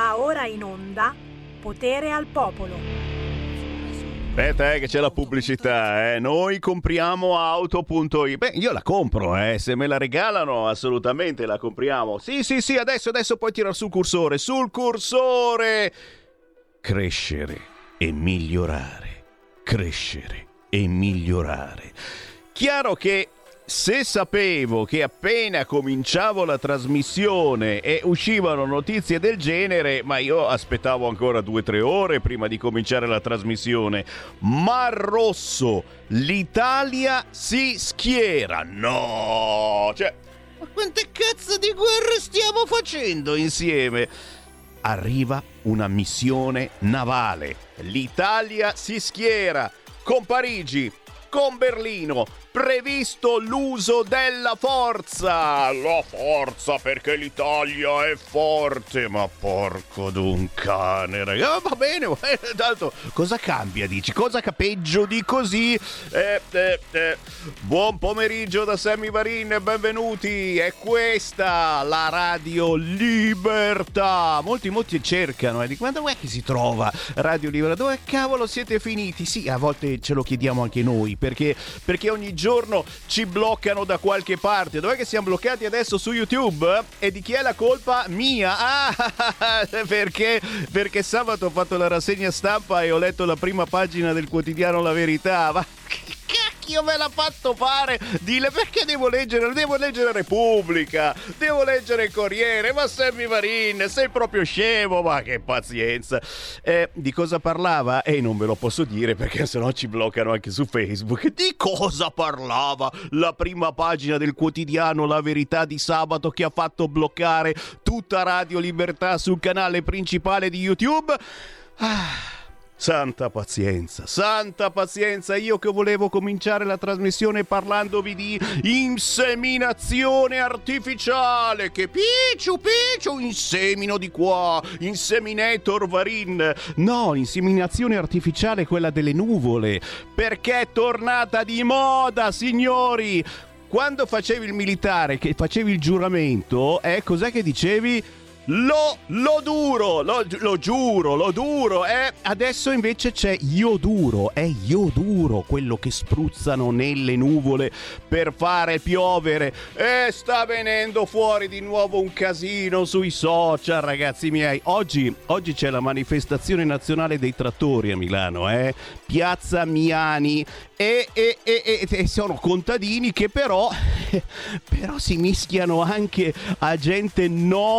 Va ora in onda Potere al Popolo. Aspetta, che c'è la pubblicità, Noi compriamo auto.it. Beh, io la compro, se me la regalano assolutamente la compriamo. Sì, adesso puoi tirare sul cursore. Crescere e migliorare. Crescere e migliorare. Chiaro che se sapevo che appena cominciavo la trasmissione e uscivano notizie del genere, ma io aspettavo ancora 2-3 ore prima di cominciare la trasmissione. Mar Rosso, l'Italia si schiera. No! Cioè, ma quante cazzo di guerre stiamo facendo insieme? Arriva una missione navale. L'Italia si schiera con Parigi, con Berlino. Previsto l'uso della forza. La forza perché l'Italia è forte. Ma porco d'un cane, ragazzi. Va bene, tanto cosa cambia, dici? Cosa peggio di così? Buon pomeriggio da Sammy Varin, benvenuti. È questa la Radio Libertà. Molti cercano, di quando è che si trova Radio Libertà? Dove cavolo siete finiti? Sì, a volte ce lo chiediamo anche noi, perché ogni giorno ci bloccano da qualche parte. Dov'è che siamo bloccati adesso? Su YouTube? E di chi è la colpa? Mia. Perché sabato ho fatto la rassegna stampa e ho letto la prima pagina del quotidiano La Verità. Ma che cacchio me l'ha fatto fare? Perché devo leggere Repubblica, devo leggere il Corriere. Ma Sammy Varin, sei proprio scemo. Ma che pazienza. Di cosa parlava? Non ve lo posso dire perché sennò ci bloccano anche su Facebook. Di cosa parlava la prima pagina del quotidiano La Verità di sabato, che ha fatto bloccare tutta Radio Libertà sul canale principale di YouTube? Santa pazienza. Io che volevo cominciare la trasmissione parlandovi di inseminazione artificiale. Che picciu, insemino di qua, inseminator Varin. No, inseminazione artificiale, quella delle nuvole, perché è tornata di moda, signori. Quando facevi il militare, che facevi il giuramento, cos'è che dicevi? Lo duro. Adesso invece c'è ioduro. È ioduro quello che spruzzano nelle nuvole per fare piovere. Sta venendo fuori di nuovo un casino sui social, ragazzi miei. Oggi c'è la manifestazione nazionale dei trattori a Milano, Piazza Miani. E sono contadini che però si mischiano anche a gente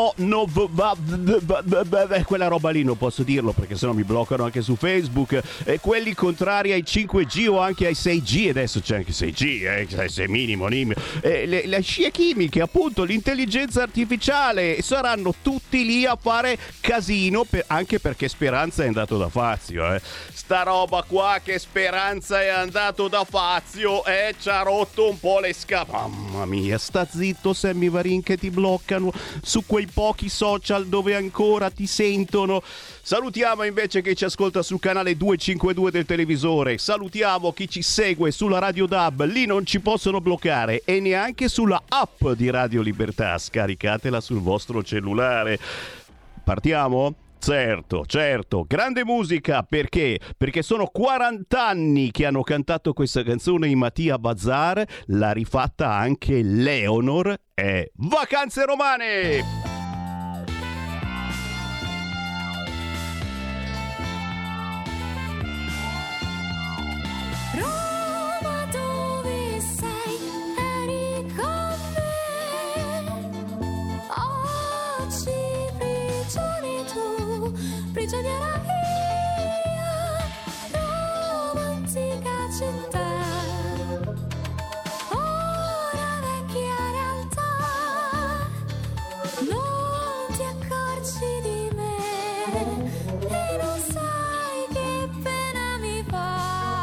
quella roba lì non posso dirlo perché sennò mi bloccano anche su Facebook. Quelli contrari ai 5G o anche ai 6G, adesso c'è anche 6G, se minimo. Le scie chimiche, appunto, l'intelligenza artificiale, saranno tutti lì a fare casino, anche perché Speranza è andato da Fazio, sta roba qua che Speranza è andato da Fazio, ci ha rotto un po' le mamma mia, sta zitto Sammy Varin, che ti bloccano su quei pochi social dove ancora ti sentono. Salutiamo invece chi ci ascolta sul canale 252 del televisore, salutiamo chi ci segue sulla Radio DAB, lì non ci possono bloccare, e neanche sulla app di Radio Libertà, scaricatela sul vostro cellulare. Partiamo? Certo, grande musica, perché sono 40 anni che hanno cantato questa canzone in Mattia Bazar, l'ha rifatta anche Leonor, è Vacanze Romane! Prigioniera mia, romantica città, ora vecchia realtà, non ti accorgi di me e non sai che pena mi fa.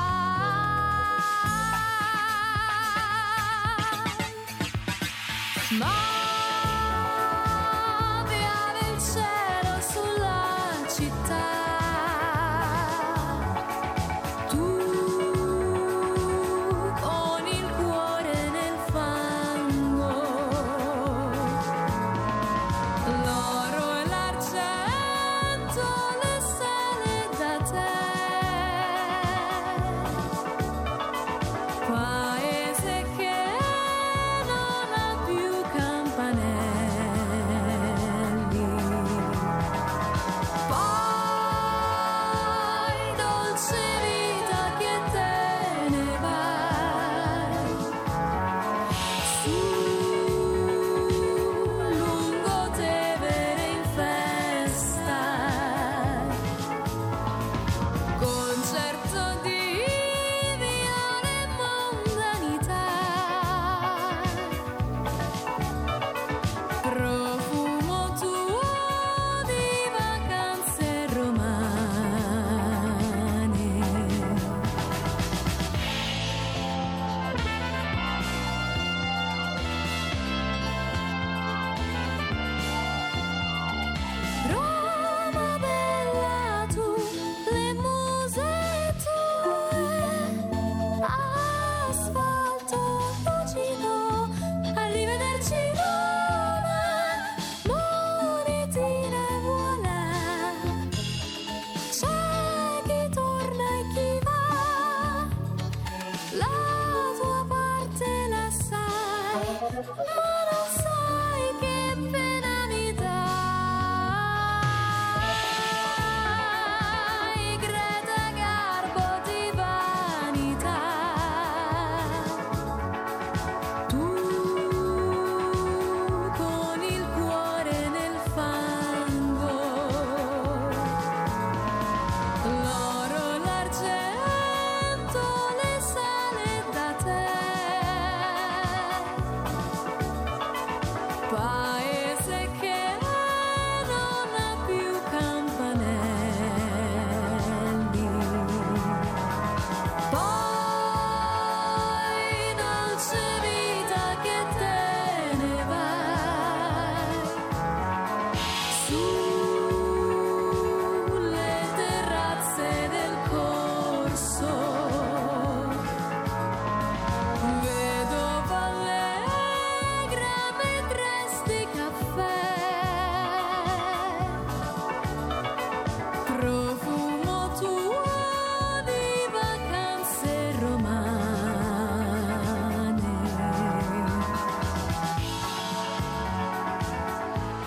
Ma piove il cielo sulla città.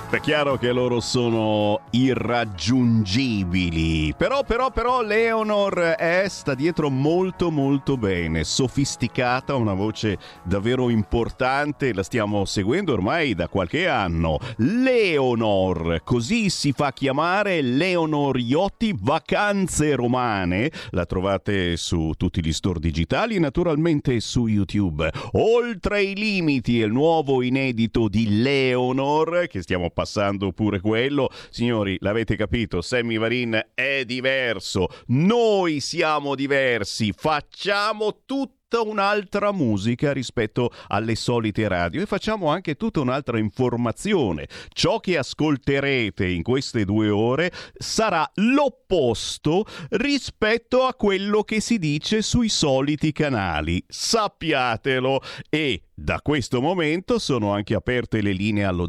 È chiaro che loro sono irraggiungibili, però Leonor sta dietro molto molto bene, sofisticata, una voce davvero importante, la stiamo seguendo ormai da qualche anno. Leonor, così si fa chiamare, Leonor Iotti, Vacanze Romane, la trovate su tutti gli store digitali e naturalmente su YouTube. Oltre i limiti è il nuovo inedito di Leonor, che stiamo passando pure quello. Signori, l'avete capito, Sammy Varin è diverso, noi siamo diversi, facciamo tutta un'altra musica rispetto alle solite radio e facciamo anche tutta un'altra informazione. Ciò che ascolterete in queste 2 ore sarà l'opposto rispetto a quello che si dice sui soliti canali, sappiatelo. E da questo momento sono anche aperte le linee allo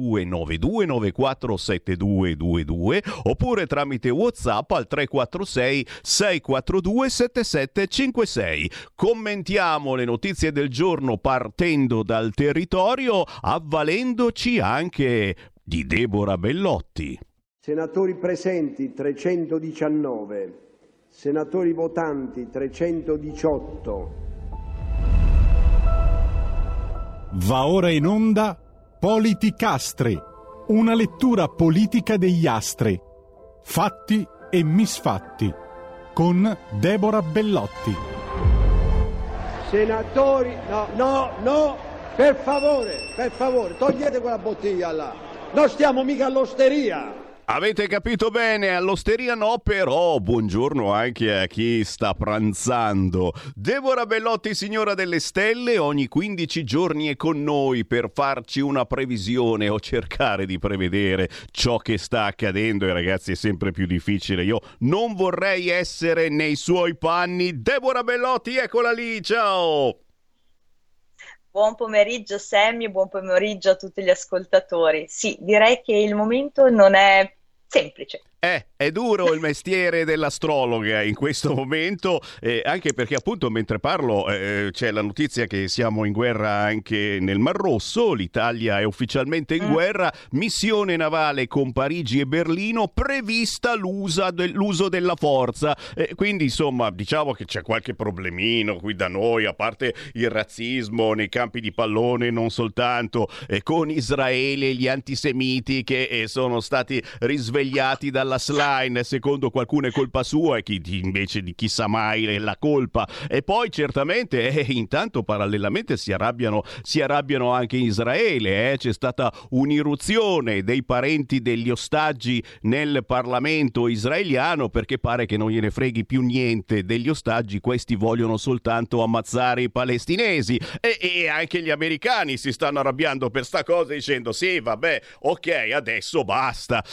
0292947222 oppure tramite WhatsApp al 346 642 7756. Commentiamo le notizie del giorno partendo dal territorio, avvalendoci anche di Deborah Bellotti. Senatori presenti 319, senatori votanti 318. Va ora in onda Politicastri, una lettura politica degli astri, fatti e misfatti, con Deborah Bellotti. Senatori, no, per favore, togliete quella bottiglia là, non stiamo mica all'osteria. Avete capito bene, all'osteria no, però buongiorno anche a chi sta pranzando. Deborah Bellotti, signora delle stelle, ogni 15 giorni è con noi per farci una previsione o cercare di prevedere ciò che sta accadendo e ragazzi è sempre più difficile. Io non vorrei essere nei suoi panni. Deborah Bellotti, eccola lì, ciao! Buon pomeriggio Sammy, buon pomeriggio a tutti gli ascoltatori. Sì, direi che il momento non è semplice. È duro il mestiere dell'astrologa in questo momento, anche perché appunto mentre parlo c'è la notizia che siamo in guerra anche nel Mar Rosso, l'Italia è ufficialmente in guerra, missione navale con Parigi e Berlino, prevista l'uso della forza, quindi insomma diciamo che c'è qualche problemino qui da noi, a parte il razzismo nei campi di pallone, non soltanto, con Israele e gli antisemiti che sono stati risvegliati dalla slime, secondo qualcuno è colpa sua e chi invece di chissà mai la colpa. E poi certamente intanto parallelamente si arrabbiano anche in Israele, c'è stata un'irruzione dei parenti degli ostaggi nel Parlamento israeliano perché pare che non gliene freghi più niente degli ostaggi, questi vogliono soltanto ammazzare i palestinesi e anche gli americani si stanno arrabbiando per sta cosa dicendo sì vabbè ok adesso basta.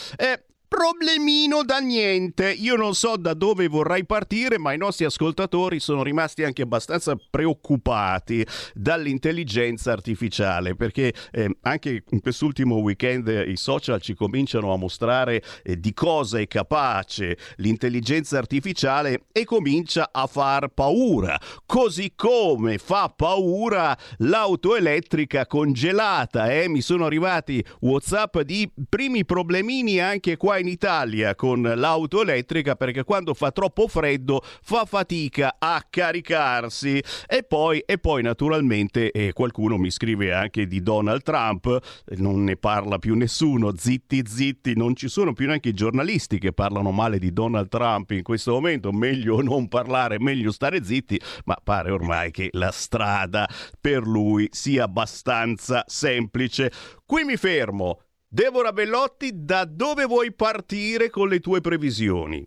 Problemino da niente, io non so da dove vorrai partire, ma i nostri ascoltatori sono rimasti anche abbastanza preoccupati dall'intelligenza artificiale, perché anche in quest'ultimo weekend i social ci cominciano a mostrare di cosa è capace l'intelligenza artificiale e comincia a far paura, così come fa paura l'auto elettrica congelata. Mi sono arrivati WhatsApp di primi problemini anche qua in Italia con l'auto elettrica perché quando fa troppo freddo fa fatica a caricarsi e poi naturalmente qualcuno mi scrive anche di Donald Trump, non ne parla più nessuno, zitti, non ci sono più neanche i giornalisti che parlano male di Donald Trump in questo momento, meglio non parlare, meglio stare zitti, ma pare ormai che la strada per lui sia abbastanza semplice. Qui mi fermo. Deborah Bellotti, da dove vuoi partire con le tue previsioni?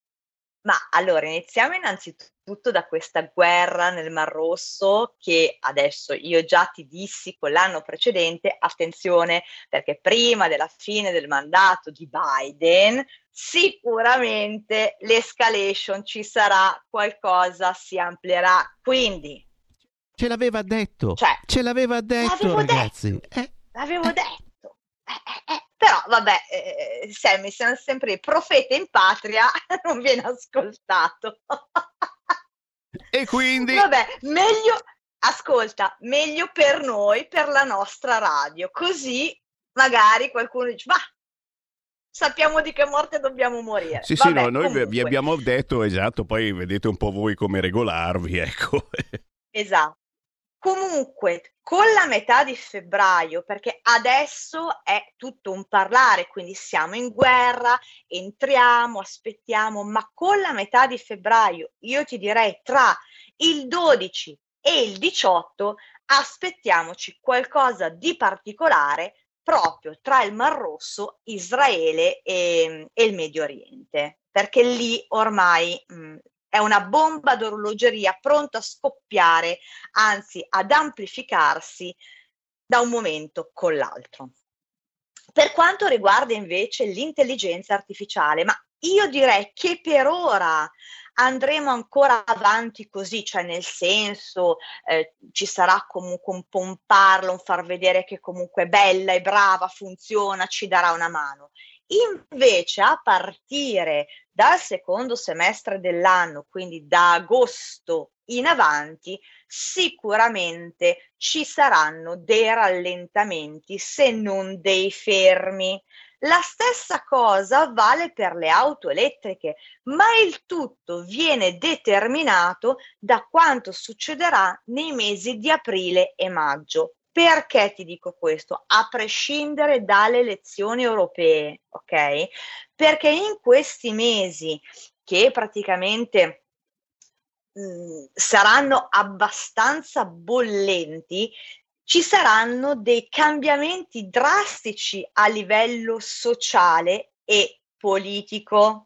Ma allora iniziamo innanzitutto da questa guerra nel Mar Rosso che adesso io già ti dissi con l'anno precedente, attenzione perché prima della fine del mandato di Biden sicuramente l'escalation ci sarà, qualcosa si amplierà, quindi... Ce l'aveva detto, ragazzi. L'avevo detto. Però vabbè, Sammy, siamo sempre il profeta in patria, non viene ascoltato. E quindi? Vabbè, meglio per noi, per la nostra radio, così magari qualcuno dice, ma sappiamo di che morte dobbiamo morire. Sì, Vabbè, no, noi vi comunque. abbiamo detto, esatto, poi vedete un po' voi come regolarvi, ecco. Esatto. Comunque, con la metà di febbraio, perché adesso è tutto un parlare, quindi siamo in guerra, entriamo, aspettiamo, ma con la metà di febbraio, io ti direi tra il 12 e il 18, aspettiamoci qualcosa di particolare proprio tra il Mar Rosso, Israele e il Medio Oriente, perché lì ormai è una bomba d'orologeria pronta a scoppiare, anzi ad amplificarsi da un momento con l'altro. Per quanto riguarda invece l'intelligenza artificiale, ma io direi che per ora andremo ancora avanti così, cioè nel senso ci sarà comunque un pomparlo, un far vedere che comunque è bella, è brava, funziona, ci darà una mano. Invece a partire dal secondo semestre dell'anno, quindi da agosto in avanti, sicuramente ci saranno dei rallentamenti, se non dei fermi. La stessa cosa vale per le auto elettriche, ma il tutto viene determinato da quanto succederà nei mesi di aprile e maggio. Perché ti dico questo? A prescindere dalle elezioni europee, ok? Perché in questi mesi che praticamente saranno abbastanza bollenti, ci saranno dei cambiamenti drastici a livello sociale e politico.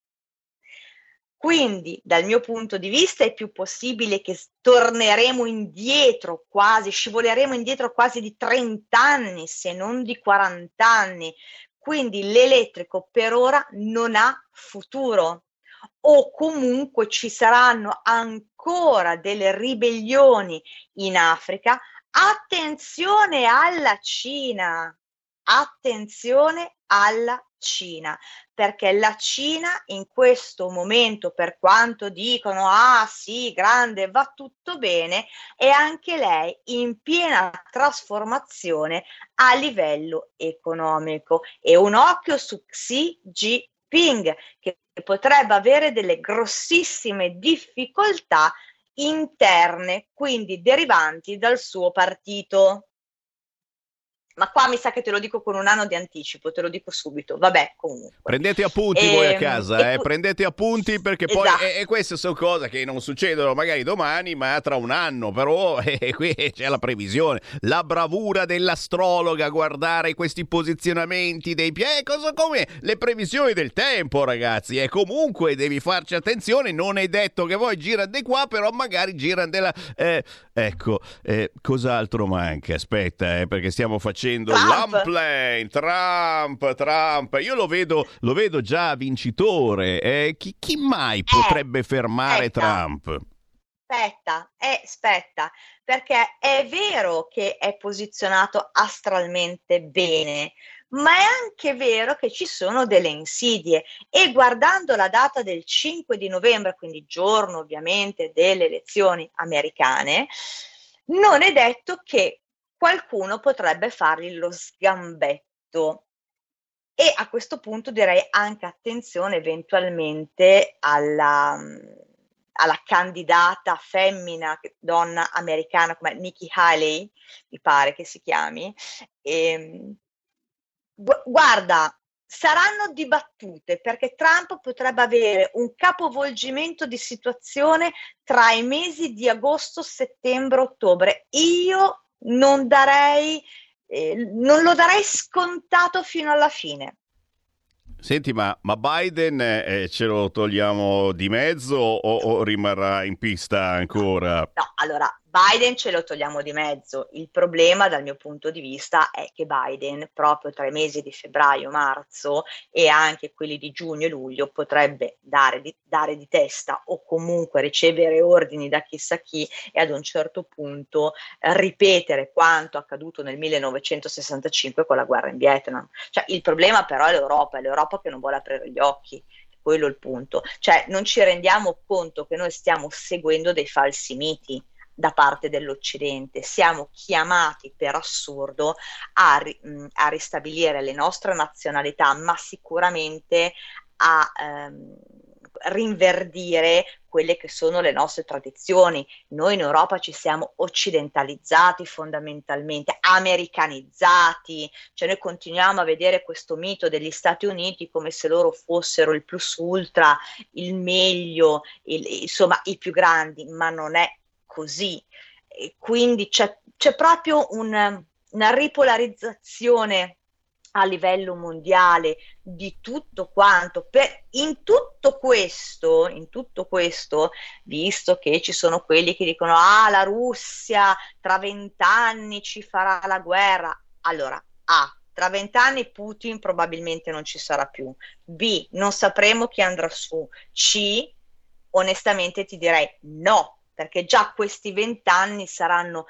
Quindi, dal mio punto di vista, è più possibile che torneremo indietro quasi, scivoleremo indietro quasi di 30 anni, se non di 40 anni. Quindi l'elettrico per ora non ha futuro. O comunque ci saranno ancora delle ribellioni in Africa. Attenzione alla Cina! Attenzione alla Cina, perché la Cina in questo momento, per quanto dicono ah sì, grande, va tutto bene, è anche lei in piena trasformazione a livello economico. E un occhio su Xi Jinping, che potrebbe avere delle grossissime difficoltà interne, quindi derivanti dal suo partito. Ma qua mi sa che te lo dico con un anno di anticipo, te lo dico subito. Vabbè, comunque. Prendete appunti voi a casa, prendete appunti perché esatto. Poi e queste sono cose che non succedono magari domani, ma tra un anno, però qui c'è la previsione, la bravura dell'astrologa, guardare questi posizionamenti dei piedi, cosa come le previsioni del tempo, ragazzi, e comunque devi farci attenzione, non è detto che voi girano di qua, però magari girano della... ecco, cos'altro manca? Aspetta, perché stiamo facendo l'unplane, Trump, io lo vedo già vincitore, chi mai potrebbe fermare Trump? Aspetta, perché è vero che è posizionato astralmente bene, ma è anche vero che ci sono delle insidie e guardando la data del 5 di novembre, quindi giorno ovviamente delle elezioni americane, non è detto che qualcuno potrebbe fargli lo sgambetto. E a questo punto direi anche attenzione eventualmente alla candidata femmina, donna americana come Nikki Haley, mi pare che si chiami. Guarda, saranno dibattute perché Trump potrebbe avere un capovolgimento di situazione tra i mesi di agosto, settembre, ottobre. Io non lo darei scontato fino alla fine. Senti, ma Biden ce lo togliamo di mezzo o rimarrà in pista ancora? No, allora, Biden ce lo togliamo di mezzo. Il problema dal mio punto di vista è che Biden proprio tra i mesi di febbraio, marzo e anche quelli di giugno e luglio potrebbe dare di testa o comunque ricevere ordini da chissà chi e ad un certo punto ripetere quanto accaduto nel 1965 con la guerra in Vietnam. Cioè, il problema però è l'Europa che non vuole aprire gli occhi. Quello è il punto. Cioè, non ci rendiamo conto che noi stiamo seguendo dei falsi miti. da parte dell'Occidente. Siamo chiamati per assurdo a ristabilire le nostre nazionalità, ma sicuramente a rinverdire quelle che sono le nostre tradizioni. Noi in Europa ci siamo occidentalizzati fondamentalmente, americanizzati, cioè noi continuiamo a vedere questo mito degli Stati Uniti come se loro fossero il plus ultra, il meglio, insomma i più grandi, ma non è così. E quindi c'è proprio una ripolarizzazione a livello mondiale di tutto quanto. In tutto questo, visto che ci sono quelli che dicono la Russia tra 20 anni ci farà la guerra, allora tra 20 anni Putin probabilmente non ci sarà più, B, non sapremo chi andrà su, C, onestamente ti direi no, perché già questi 20 anni saranno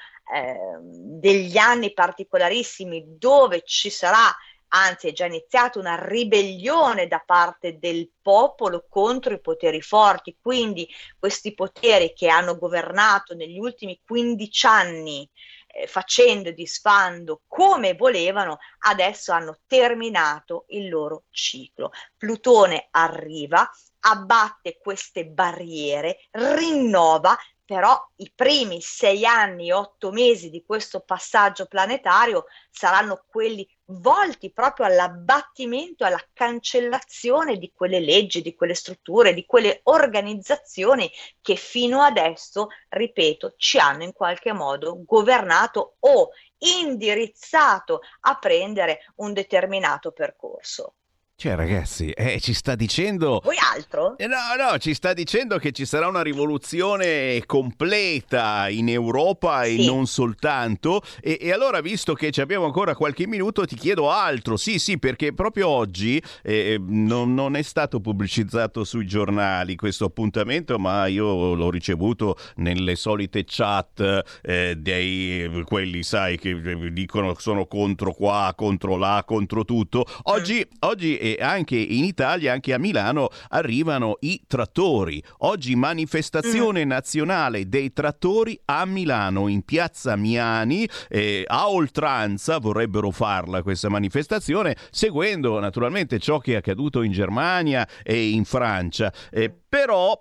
degli anni particolarissimi dove ci sarà, anzi è già iniziata, una ribellione da parte del popolo contro i poteri forti. Quindi questi poteri che hanno governato negli ultimi 15 anni facendo e disfando come volevano, adesso hanno terminato il loro ciclo. Plutone arriva, abbatte queste barriere, rinnova, però i primi 6 anni, 8 mesi di questo passaggio planetario saranno quelli volti proprio all'abbattimento, alla cancellazione di quelle leggi, di quelle strutture, di quelle organizzazioni che fino adesso, ripeto, ci hanno in qualche modo governato o indirizzato a prendere un determinato percorso. Cioè, ragazzi, ci sta dicendo... Vuoi altro? No, ci sta dicendo che ci sarà una rivoluzione completa in Europa e Sì. non soltanto. E allora, visto che ci abbiamo ancora qualche minuto, ti chiedo altro. Sì, perché proprio oggi non è stato pubblicizzato sui giornali questo appuntamento, ma io l'ho ricevuto nelle solite chat dei quelli, sai, che dicono sono contro qua, contro là, contro tutto. Oggi e anche in Italia, anche a Milano, arrivano i trattori. Oggi manifestazione nazionale dei trattori a Milano, in piazza Miani, a oltranza vorrebbero farla questa manifestazione, seguendo naturalmente ciò che è accaduto in Germania e in Francia. Però,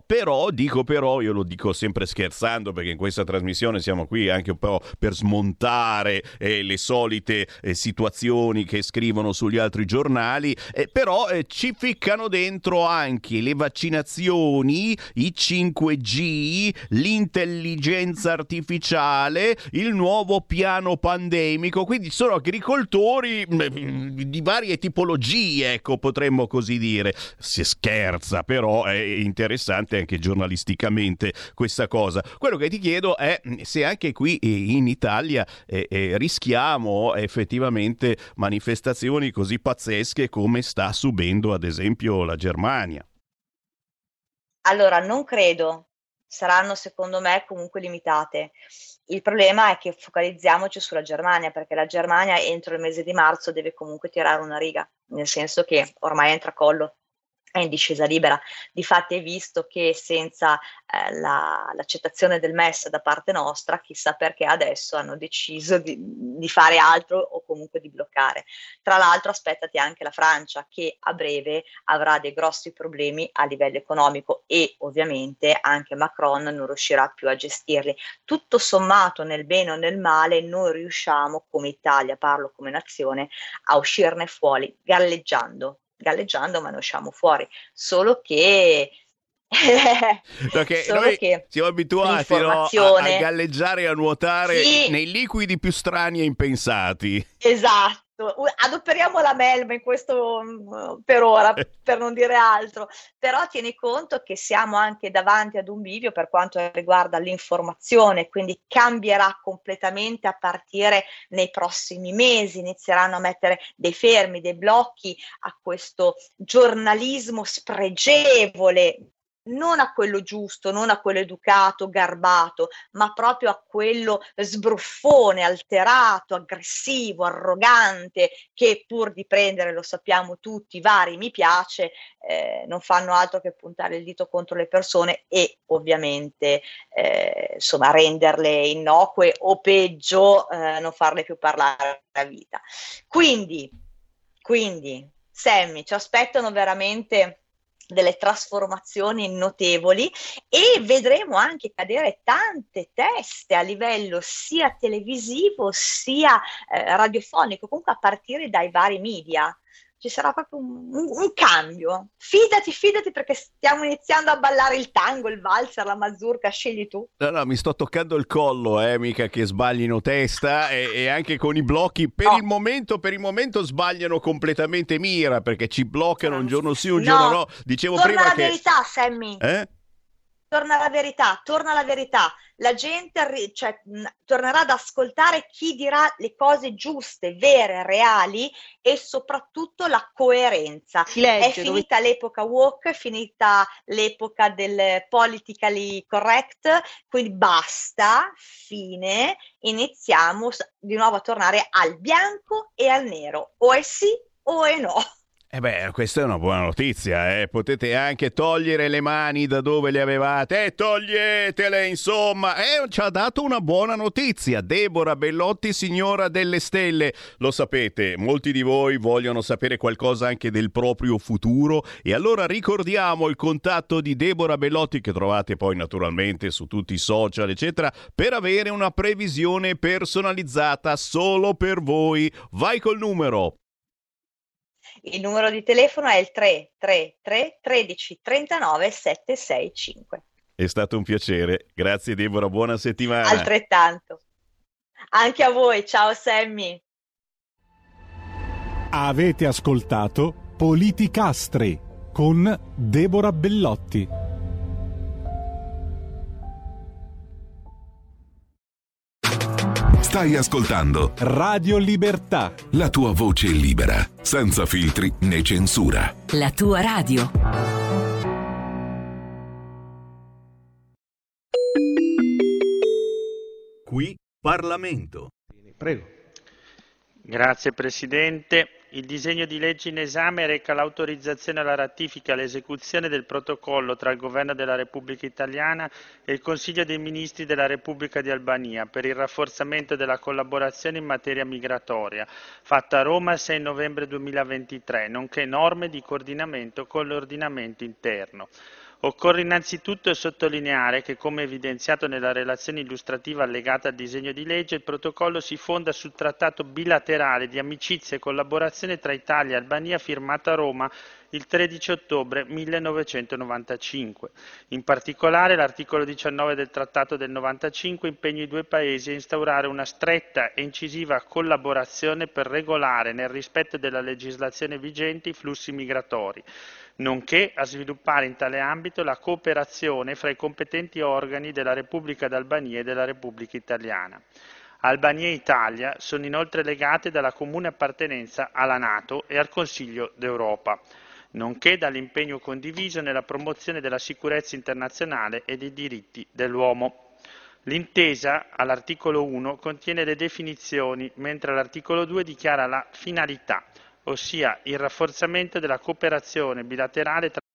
io lo dico sempre scherzando, perché in questa trasmissione siamo qui anche un po' per smontare le solite situazioni che scrivono sugli altri giornali, però ci ficcano dentro anche le vaccinazioni, i 5G, l'intelligenza artificiale, il nuovo piano pandemico, quindi sono agricoltori di varie tipologie, ecco, potremmo così dire. Si scherza, però è interessante anche giornalisticamente questa cosa. Quello che ti chiedo è se anche qui in Italia rischiamo effettivamente manifestazioni così pazzesche come sta subendo ad esempio la Germania. Allora, non credo. Saranno secondo me comunque limitate. Il problema è che focalizziamoci sulla Germania, perché la Germania entro il mese di marzo deve comunque tirare una riga, nel senso che ormai è in tracollo, è in discesa libera. Difatti è visto che senza l'accettazione del MES da parte nostra, chissà perché adesso hanno deciso di fare altro o comunque di bloccare. Tra l'altro aspettati anche la Francia, che a breve avrà dei grossi problemi a livello economico e ovviamente anche Macron non riuscirà più a gestirli. Tutto sommato, nel bene o nel male, noi riusciamo come Italia, parlo come nazione, a uscirne fuori galleggiando, ma ne usciamo fuori, solo che perché noi siamo abituati, no, a galleggiare e a nuotare nei liquidi più strani e impensati. Esatto, adoperiamo la melma in questo per ora, per non dire altro, però tieni conto che siamo anche davanti ad un bivio per quanto riguarda l'informazione, quindi cambierà completamente a partire nei prossimi mesi, inizieranno a mettere dei fermi, dei blocchi a questo giornalismo spregevole, non a quello giusto, non a quello educato, garbato, ma proprio a quello sbruffone, alterato, aggressivo, arrogante, che pur di prendere, lo sappiamo tutti, vari mi piace, non fanno altro che puntare il dito contro le persone e ovviamente insomma renderle innocue o peggio non farle più parlare la vita. Quindi Sammy, ci aspettano veramente delle trasformazioni notevoli e vedremo anche cadere tante teste a livello sia televisivo sia radiofonico, comunque a partire dai vari media. Ci sarà proprio un cambio. Fidati perché stiamo iniziando a ballare il tango, il valzer, la mazurka, scegli tu. No, mi sto toccando il collo, mica che sbaglino testa e anche con i blocchi per il momento sbagliano completamente mira perché ci bloccano un giorno sì, un giorno no. Dicevo torna prima la che verità, Sammy. Torna la verità. La gente tornerà ad ascoltare chi dirà le cose giuste, vere, reali e soprattutto la coerenza. È finita l'epoca woke, è finita l'epoca del politically correct, quindi basta, fine, iniziamo di nuovo a tornare al bianco e al nero, o è sì o è no. Questa è una buona notizia, potete anche togliere le mani da dove le avevate, toglietele, insomma, ci ha dato una buona notizia, Deborah Bellotti, signora delle stelle, lo sapete, molti di voi vogliono sapere qualcosa anche del proprio futuro e allora ricordiamo il contatto di Deborah Bellotti che trovate poi naturalmente su tutti i social eccetera per avere una previsione personalizzata solo per voi, vai col numero. Il numero di telefono è il 333 13 39 765. È stato un piacere. Grazie Deborah, buona settimana. Altrettanto. Anche a voi, ciao Sammy. Avete ascoltato Politicastri con Deborah Bellotti. Stai ascoltando Radio Libertà. La tua voce libera, senza filtri né censura. La tua radio. Qui Parlamento. Prego. Grazie Presidente. Il disegno di legge in esame reca l'autorizzazione alla ratifica e all'esecuzione del protocollo tra il Governo della Repubblica Italiana e il Consiglio dei Ministri della Repubblica di Albania per il rafforzamento della collaborazione in materia migratoria, fatta a Roma il 6 novembre 2023, nonché norme di coordinamento con l'ordinamento interno. Occorre innanzitutto sottolineare che, come evidenziato nella relazione illustrativa allegata al disegno di legge, il protocollo si fonda sul trattato bilaterale di amicizia e collaborazione tra Italia e Albania firmato a Roma il 13 ottobre 1995. In particolare, l'articolo 19 del Trattato del 95 impegna i due Paesi a instaurare una stretta e incisiva collaborazione per regolare, nel rispetto della legislazione vigente, i flussi migratori, nonché a sviluppare in tale ambito la cooperazione fra i competenti organi della Repubblica d'Albania e della Repubblica Italiana. Albania e Italia sono inoltre legate dalla comune appartenenza alla NATO e al Consiglio d'Europa, nonché dall'impegno condiviso nella promozione della sicurezza internazionale e dei diritti dell'uomo. L'intesa, all'articolo 1, contiene le definizioni, mentre l'articolo 2 dichiara la finalità, ossia il rafforzamento della cooperazione bilaterale tra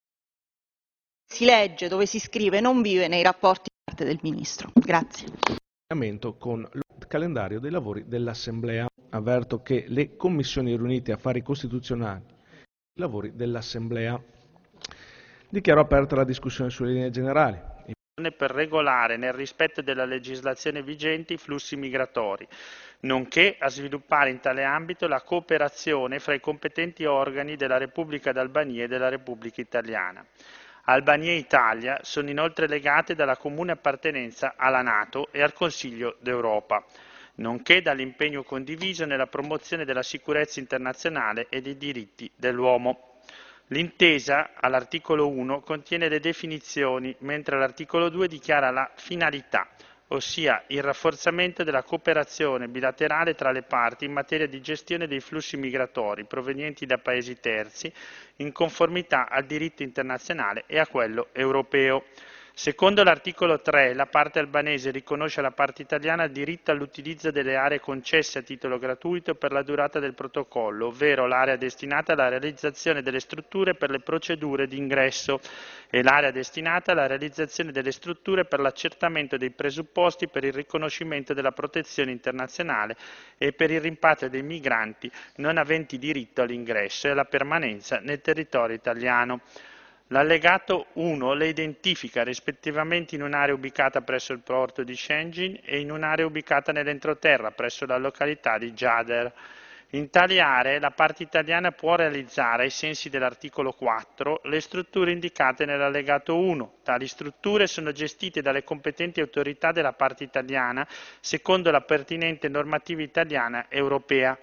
si legge, dove si scrive, non vive nei rapporti di parte del ministro. Grazie. con il calendario dei lavori dell'Assemblea. Avverto che le commissioni riunite affari costituzionali, i lavori dell'Assemblea. Dichiaro aperta la discussione sulle linee generali. Per regolare nel rispetto della legislazione vigente i flussi migratori, nonché a sviluppare in tale ambito la cooperazione fra i competenti organi della Repubblica d'Albania e della Repubblica Italiana. Albania e Italia sono inoltre legate dalla comune appartenenza alla NATO e al Consiglio d'Europa, nonché dall'impegno condiviso nella promozione della sicurezza internazionale e dei diritti dell'uomo. L'intesa, all'articolo 1, contiene le definizioni, mentre l'articolo 2 dichiara la finalità, ossia il rafforzamento della cooperazione bilaterale tra le parti in materia di gestione dei flussi migratori provenienti da paesi terzi, in conformità al diritto internazionale e a quello europeo. Secondo l'articolo 3, la parte albanese riconosce alla parte italiana il diritto all'utilizzo delle aree concesse a titolo gratuito per la durata del protocollo, ovvero l'area destinata alla realizzazione delle strutture per le procedure di ingresso e l'area destinata alla realizzazione delle strutture per l'accertamento dei presupposti per il riconoscimento della protezione internazionale e per il rimpatrio dei migranti non aventi diritto all'ingresso e alla permanenza nel territorio italiano. L'allegato 1 le identifica rispettivamente in un'area ubicata presso il porto di Schengen e in un'area ubicata nell'entroterra presso la località di Gjader. In tali aree la parte italiana può realizzare, ai sensi dell'articolo 4, le strutture indicate nell'allegato 1. Tali strutture sono gestite dalle competenti autorità della parte italiana secondo la pertinente normativa italiana e europea.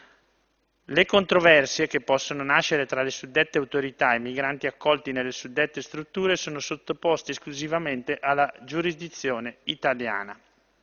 Le controversie che possono nascere tra le suddette autorità e i migranti accolti nelle suddette strutture sono sottoposte esclusivamente alla giurisdizione italiana.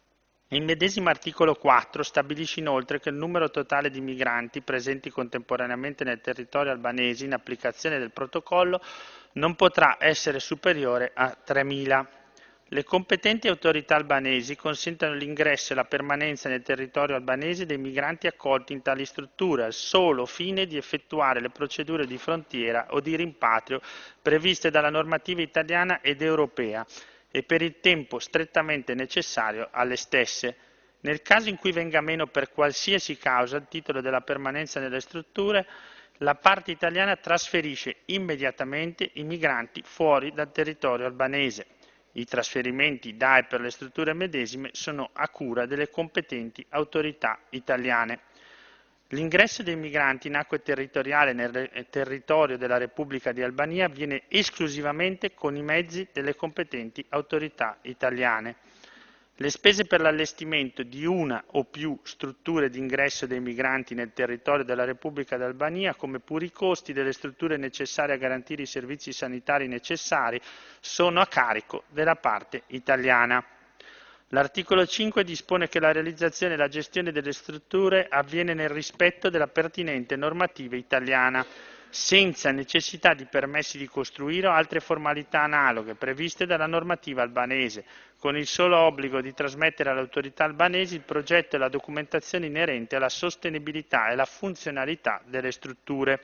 Il medesimo articolo 4 stabilisce inoltre che il numero totale di migranti presenti contemporaneamente nel territorio albanese in applicazione del protocollo non potrà essere superiore a 3.000. Le competenti autorità albanesi consentono l'ingresso e la permanenza nel territorio albanese dei migranti accolti in tali strutture al solo fine di effettuare le procedure di frontiera o di rimpatrio previste dalla normativa italiana ed europea e per il tempo strettamente necessario alle stesse. Nel caso in cui venga meno per qualsiasi causa il titolo della permanenza nelle strutture, la parte italiana trasferisce immediatamente i migranti fuori dal territorio albanese. I trasferimenti da e per le strutture medesime sono a cura delle competenti autorità italiane. L'ingresso dei migranti in acque territoriali nel territorio della Repubblica di Albania avviene esclusivamente con i mezzi delle competenti autorità italiane. Le spese per l'allestimento di una o più strutture di ingresso dei migranti nel territorio della Repubblica d'Albania, come pure i costi delle strutture necessarie a garantire i servizi sanitari necessari, sono a carico della parte italiana. L'articolo 5 dispone che la realizzazione e la gestione delle strutture avviene nel rispetto della pertinente normativa italiana, senza necessità di permessi di costruire o altre formalità analoghe previste dalla normativa albanese, con il solo obbligo di trasmettere alle autorità albanesi il progetto e la documentazione inerente alla sostenibilità e alla funzionalità delle strutture.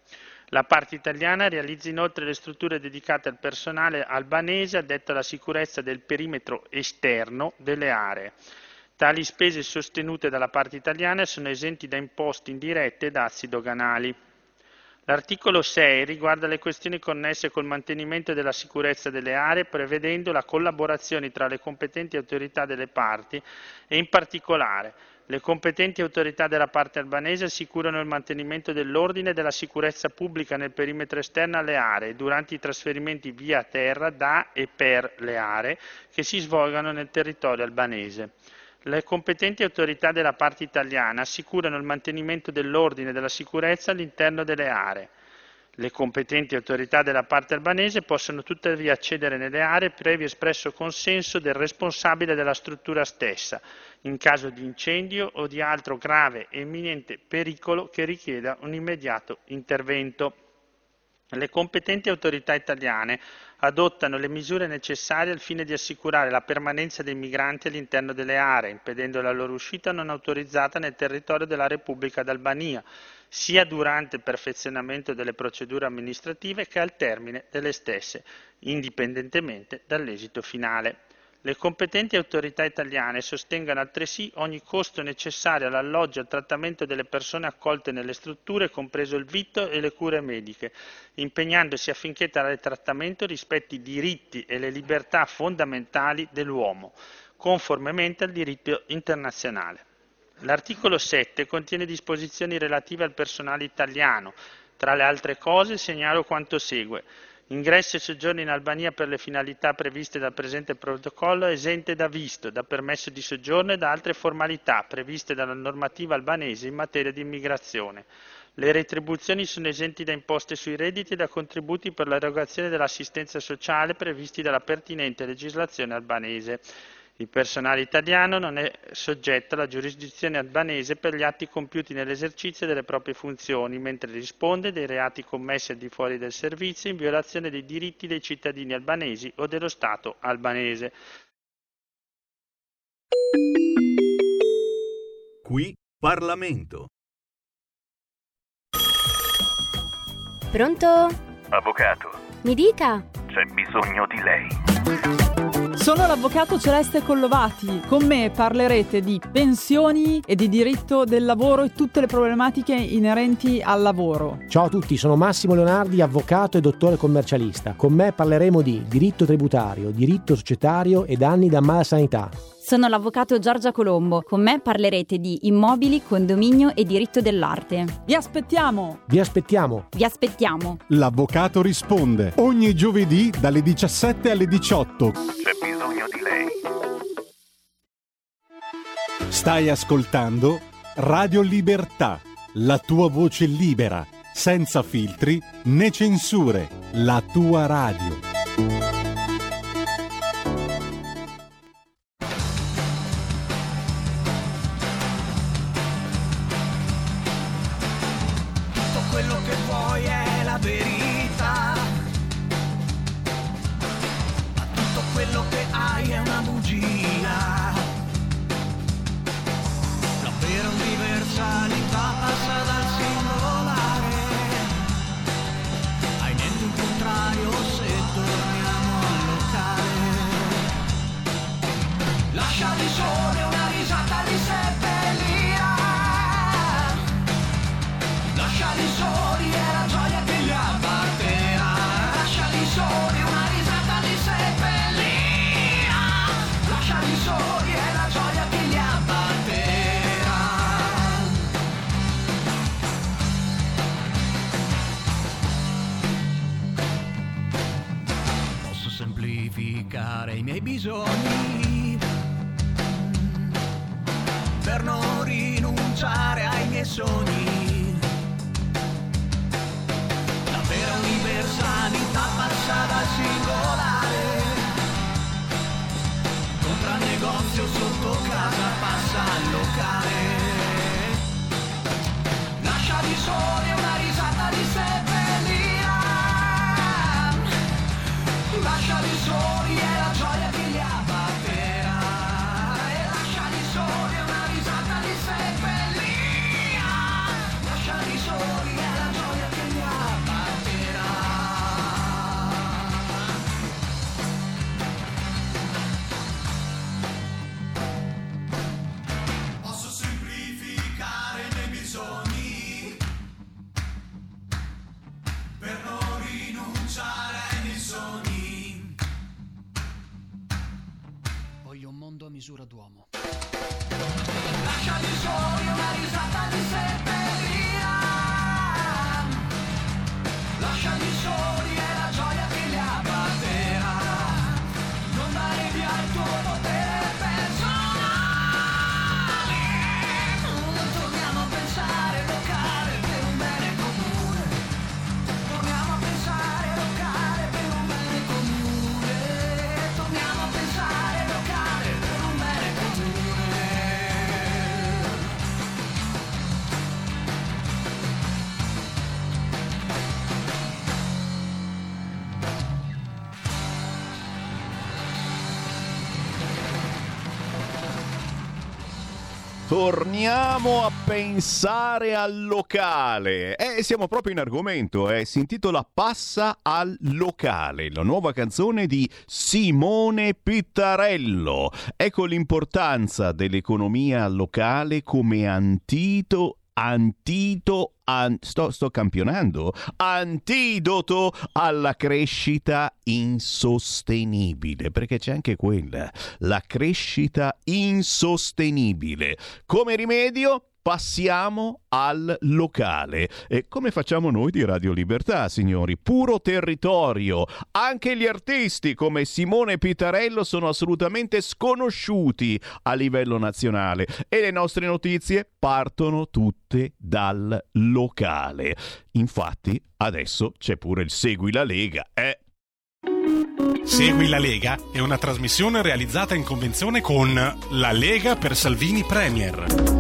La parte italiana realizza inoltre le strutture dedicate al personale albanese addetto alla sicurezza del perimetro esterno delle aree. Tali spese sostenute dalla parte italiana sono esenti da imposte indirette e dazi doganali. L'articolo 6 riguarda le questioni connesse col mantenimento della sicurezza delle aree, prevedendo la collaborazione tra le competenti autorità delle parti e in particolare le competenti autorità della parte albanese assicurano il mantenimento dell'ordine e della sicurezza pubblica nel perimetro esterno alle aree durante i trasferimenti via terra da e per le aree che si svolgano nel territorio albanese. Le competenti autorità della parte italiana assicurano il mantenimento dell'ordine e della sicurezza all'interno delle aree. Le competenti autorità della parte albanese possono tuttavia accedere nelle aree previo espresso consenso del responsabile della struttura stessa, in caso di incendio o di altro grave e imminente pericolo che richieda un immediato intervento. Le competenti autorità italiane adottano le misure necessarie al fine di assicurare la permanenza dei migranti all'interno delle aree, impedendo la loro uscita non autorizzata nel territorio della Repubblica d'Albania, sia durante il perfezionamento delle procedure amministrative che al termine delle stesse, indipendentemente dall'esito finale. Le competenti autorità italiane sostengano altresì ogni costo necessario all'alloggio e al trattamento delle persone accolte nelle strutture, compreso il vitto e le cure mediche, impegnandosi affinché tale trattamento rispetti i diritti e le libertà fondamentali dell'uomo, conformemente al diritto internazionale. L'articolo 7 contiene disposizioni relative al personale italiano. Tra le altre cose segnalo quanto segue. Ingresso e soggiorno in Albania per le finalità previste dal presente protocollo esente da visto, da permesso di soggiorno e da altre formalità previste dalla normativa albanese in materia di immigrazione. Le retribuzioni sono esenti da imposte sui redditi e da contributi per l'erogazione dell'assistenza sociale previsti dalla pertinente legislazione albanese. Il personale italiano non è soggetto alla giurisdizione albanese per gli atti compiuti nell'esercizio delle proprie funzioni, mentre risponde dei reati commessi al di fuori del servizio in violazione dei diritti dei cittadini albanesi o dello Stato albanese. Qui Parlamento. Pronto? Avvocato, Mi dica. c'è bisogno di lei. Sono l'avvocato Celeste Collovati. Con me parlerete di pensioni e di diritto del lavoro e tutte le problematiche inerenti al lavoro. Ciao a tutti, sono Massimo Leonardi, avvocato e dottore commercialista. Con me parleremo di diritto tributario, diritto societario e danni da malasanità. Sono l'avvocato Giorgia Colombo. Con me parlerete di immobili, condominio e diritto dell'arte. Vi aspettiamo! Vi aspettiamo! Vi aspettiamo! L'avvocato risponde ogni giovedì dalle 17 alle 18. C'è bisogno di lei. Stai ascoltando Radio Libertà, la tua voce libera, senza filtri né censure, la tua radio. Quello che vuoi è la verità, ma tutto quello che hai è una bugia. La vera universalità passa dal singolare, hai niente in contrario se torniamo al locale. Lascia di sole una risata di seppellire, lasciali soli è la gioia che li abbatterà. Lasciali soli una risata li seppellirà. Lasciali soli è la gioia che li abbatterà. Posso semplificare i miei bisogni per non rinunciare ai miei sogni. La universalità passa dal singolare, compra il negozio sotto casa, passa al locale. Lasciali soli una risata di seppellirà. Lasciali soli è la gioia che li abbatterà. E lasciali soli una risata di seppellirà. Lasciali soli è la gioia che li abbatterà. Posso semplificare i miei bisogni per non rinunciare ai miei sogni. Voglio un mondo a misura d'uomo. Lasciali soli una risata di seppellirà. Lasciali soli è la gioia che li abbatterà. Non dare via il tuo potere personale. Torniamo a pensare locale per un bene comune. Torniamo a pensare locale per un bene comune. Torniamo a pensare locale per un bene comune. Torniamo a pensare al locale. Siamo proprio in argomento, si intitola Passa al locale, la nuova canzone di Simone Pittarello. Ecco l'importanza dell'economia locale come antidoto alla crescita insostenibile, perché c'è anche quella, la crescita insostenibile. Come rimedio passiamo al locale. E come facciamo noi di Radio Libertà, signori? Puro territorio. Anche gli artisti come Simone Pittarello sono assolutamente sconosciuti a livello nazionale e le nostre notizie partono tutte dal locale. Infatti, adesso c'è pure il Segui la Lega. Segui la Lega è una trasmissione realizzata in convenzione con La Lega per Salvini Premier.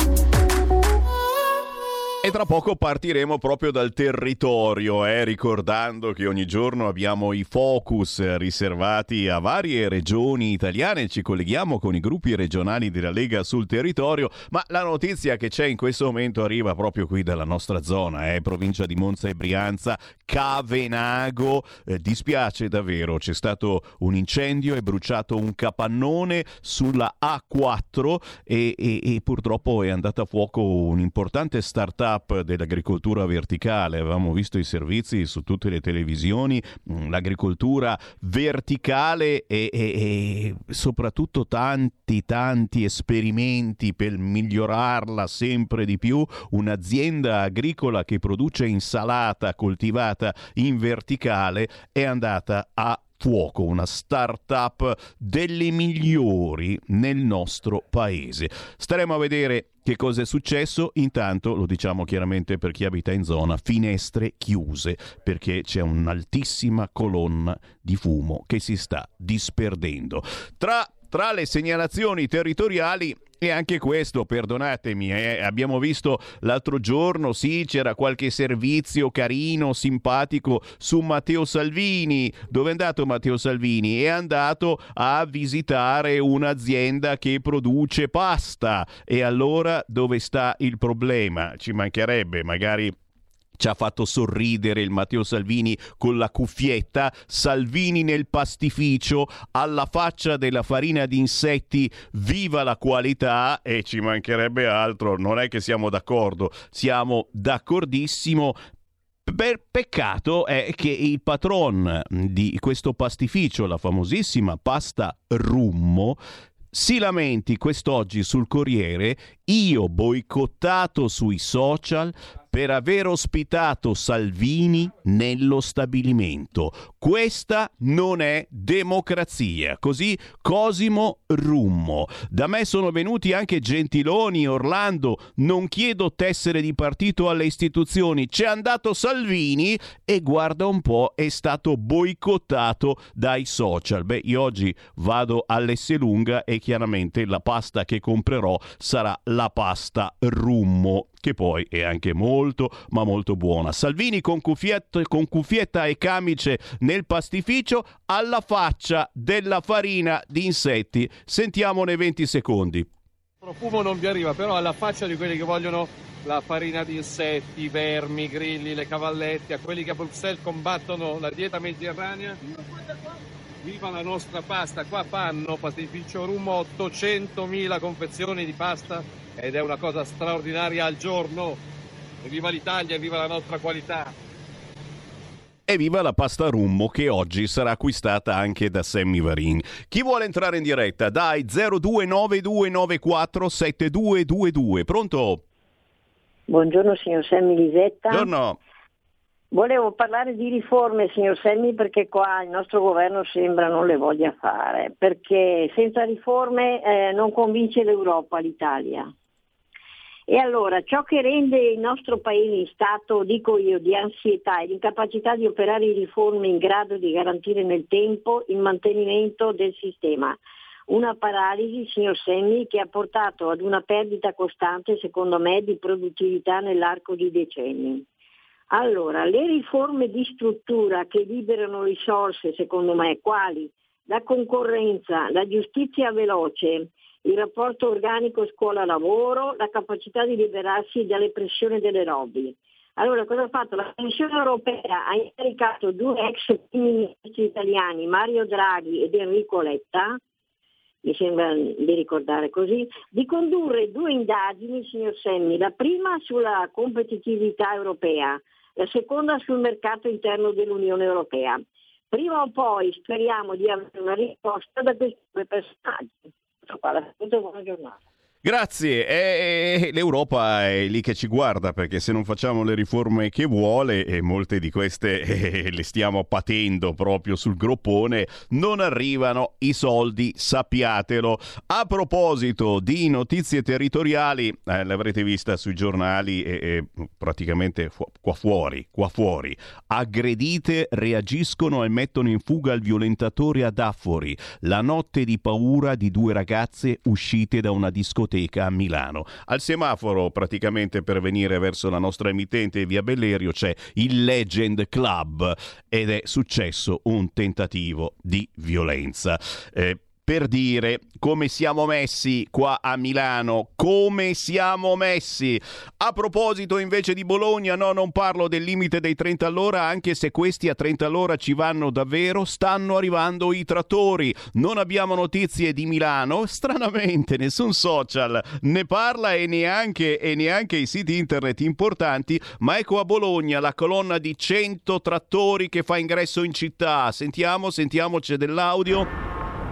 E tra poco partiremo proprio dal territorio, ricordando che ogni giorno abbiamo i focus riservati a varie regioni italiane, ci colleghiamo con i gruppi regionali della Lega sul territorio, ma la notizia che c'è in questo momento arriva proprio qui dalla nostra zona, provincia di Monza e Brianza, Cavenago. Dispiace davvero, c'è stato un incendio, è bruciato un capannone sulla A4 e purtroppo è andata a fuoco un'importante startup dell'agricoltura verticale. Avevamo visto i servizi su tutte le televisioni, l'agricoltura verticale e soprattutto tanti esperimenti per migliorarla sempre di più. Un'azienda agricola che produce insalata coltivata in verticale è andata a fuoco, una start-up delle migliori nel nostro paese. Staremo a vedere che cosa è successo. Intanto, lo diciamo chiaramente per chi abita in zona, finestre chiuse, perché c'è un'altissima colonna di fumo che si sta disperdendo. Tra le segnalazioni territoriali e anche questo, perdonatemi, abbiamo visto l'altro giorno, sì, c'era qualche servizio carino, simpatico su Matteo Salvini. Dove è andato Matteo Salvini? È andato a visitare un'azienda che produce pasta. E allora dove sta il problema? Ci mancherebbe, magari ci ha fatto sorridere il Matteo Salvini con la cuffietta. Salvini nel pastificio, alla faccia della farina di insetti, viva la qualità, e ci mancherebbe altro. Non è che siamo d'accordo, siamo d'accordissimo. Peccato è che il patron di questo pastificio, la famosissima pasta Rummo, si lamenti quest'oggi sul Corriere: io boicottato sui social per aver ospitato Salvini nello stabilimento. Questa non è democrazia. Così Cosimo Rummo. Da me sono venuti anche Gentiloni, Orlando. Non chiedo tessere di partito alle istituzioni. C'è andato Salvini e guarda un po', è stato boicottato dai social. Io oggi vado all'Esselunga e chiaramente la pasta che comprerò sarà la pasta Rummo, che poi è anche molto, ma molto buona. Salvini con cuffietta e camice nel pastificio, alla faccia della farina di insetti. Sentiamone 20 secondi. Il profumo non vi arriva, però alla faccia di quelli che vogliono la farina di insetti, i vermi, i grilli, le cavallette, a quelli che a Bruxelles combattono la dieta mediterranea. Viva la nostra pasta, qua fanno pastificio Rummo 800.000 confezioni di pasta ed è una cosa straordinaria al giorno. E viva l'Italia, e viva la nostra qualità. E viva la pasta Rummo, che oggi sarà acquistata anche da Sammy Varin. Chi vuole entrare in diretta? Dai, 0292947222. Pronto? Buongiorno signor Sammy Lisetta. Buongiorno. Volevo parlare di riforme, signor Semmi, perché qua il nostro governo sembra non le voglia fare, perché senza riforme non convince l'Europa, l'Italia. E allora ciò che rende il nostro paese in stato, dico io, di ansietà e l'incapacità di operare riforme in grado di garantire nel tempo il mantenimento del sistema. Una paralisi, signor Semmi, che ha portato ad una perdita costante, secondo me, di produttività nell'arco di decenni. Allora, le riforme di struttura che liberano risorse, secondo me, quali? La concorrenza, la giustizia veloce, il rapporto organico scuola-lavoro, la capacità di liberarsi dalle pressioni delle lobby. Allora, cosa ha fatto? La Commissione europea ha incaricato 2 ex ministri italiani, Mario Draghi ed Enrico Letta, mi sembra di ricordare così, di condurre 2 indagini, signor Semmi, la prima sulla competitività europea, la seconda sul mercato interno dell'Unione Europea. Prima o poi speriamo di avere una risposta da questi 2 personaggi. Buona giornata. Grazie, l'Europa è lì che ci guarda, perché se non facciamo le riforme che vuole, e molte di queste le stiamo patendo proprio sul groppone, non arrivano i soldi, sappiatelo. A proposito di notizie territoriali, l'avrete vista sui giornali e praticamente qua fuori, aggredite reagiscono e mettono in fuga il violentatore ad Affori, la notte di paura di 2 ragazze uscite da una discoteca a Milano. Al semaforo, praticamente per venire verso la nostra emittente via Bellerio, c'è il Legend Club ed è successo un tentativo di violenza. Per dire come siamo messi qua a Milano, come siamo messi. A proposito invece di Bologna, no, non parlo del limite dei 30 all'ora, anche se questi a 30 all'ora ci vanno davvero, stanno arrivando i trattori. Non abbiamo notizie di Milano, stranamente nessun social ne parla e neanche i siti internet importanti, ma ecco a Bologna la colonna di 100 trattori che fa ingresso in città. Sentiamo, c'è dell'audio.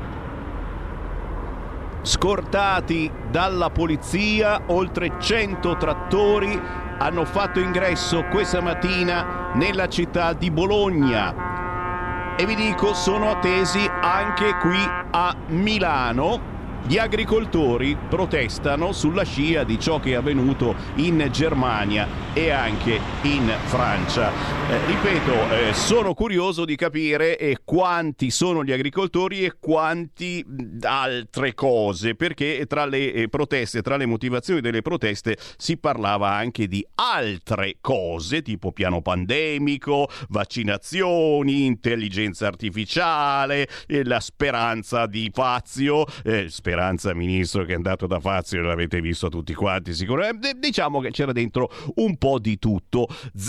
Scortati dalla polizia, oltre 100 trattori hanno fatto ingresso questa mattina nella città di Bologna. E vi dico, sono attesi anche qui a Milano. Gli agricoltori protestano sulla scia di ciò che è avvenuto in Germania e anche in Francia. Ripeto, sono curioso di capire quanti sono gli agricoltori e quanti altre cose, perché tra le proteste, tra le motivazioni delle proteste si parlava anche di altre cose, tipo piano pandemico, vaccinazioni, intelligenza artificiale, la speranza di Fazio, Speranza ministro che è andato da Fazio, l'avete visto tutti quanti sicuramente. Diciamo che c'era dentro un po' di tutto.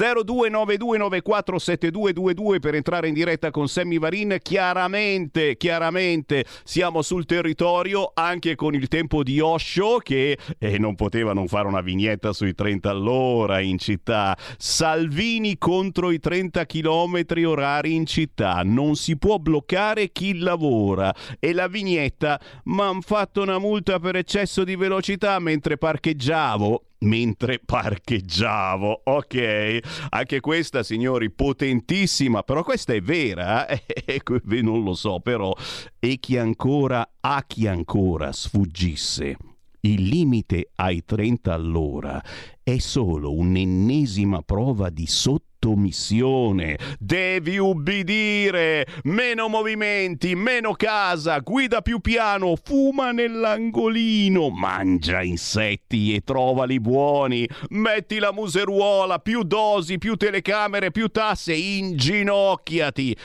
0292947222 per entrare in diretta con Sammy Varin. Chiaramente siamo sul territorio anche con il tempo di Osho, che non poteva non fare una vignetta sui 30 all'ora in città. Salvini contro i 30 km orari in città, non si può bloccare chi lavora. E la vignetta: ma han fatto una multa per eccesso di velocità mentre parcheggiavo, ok, anche questa, signori, potentissima, però questa è vera, non lo so, però, e chi ancora sfuggisse il limite ai 30 all'ora è solo un'ennesima prova di sottomissione. Devi ubbidire, meno movimenti, meno casa, guida più piano, fuma nell'angolino, mangia insetti e trovali buoni, metti la museruola, più dosi, più telecamere, più tasse, inginocchiati.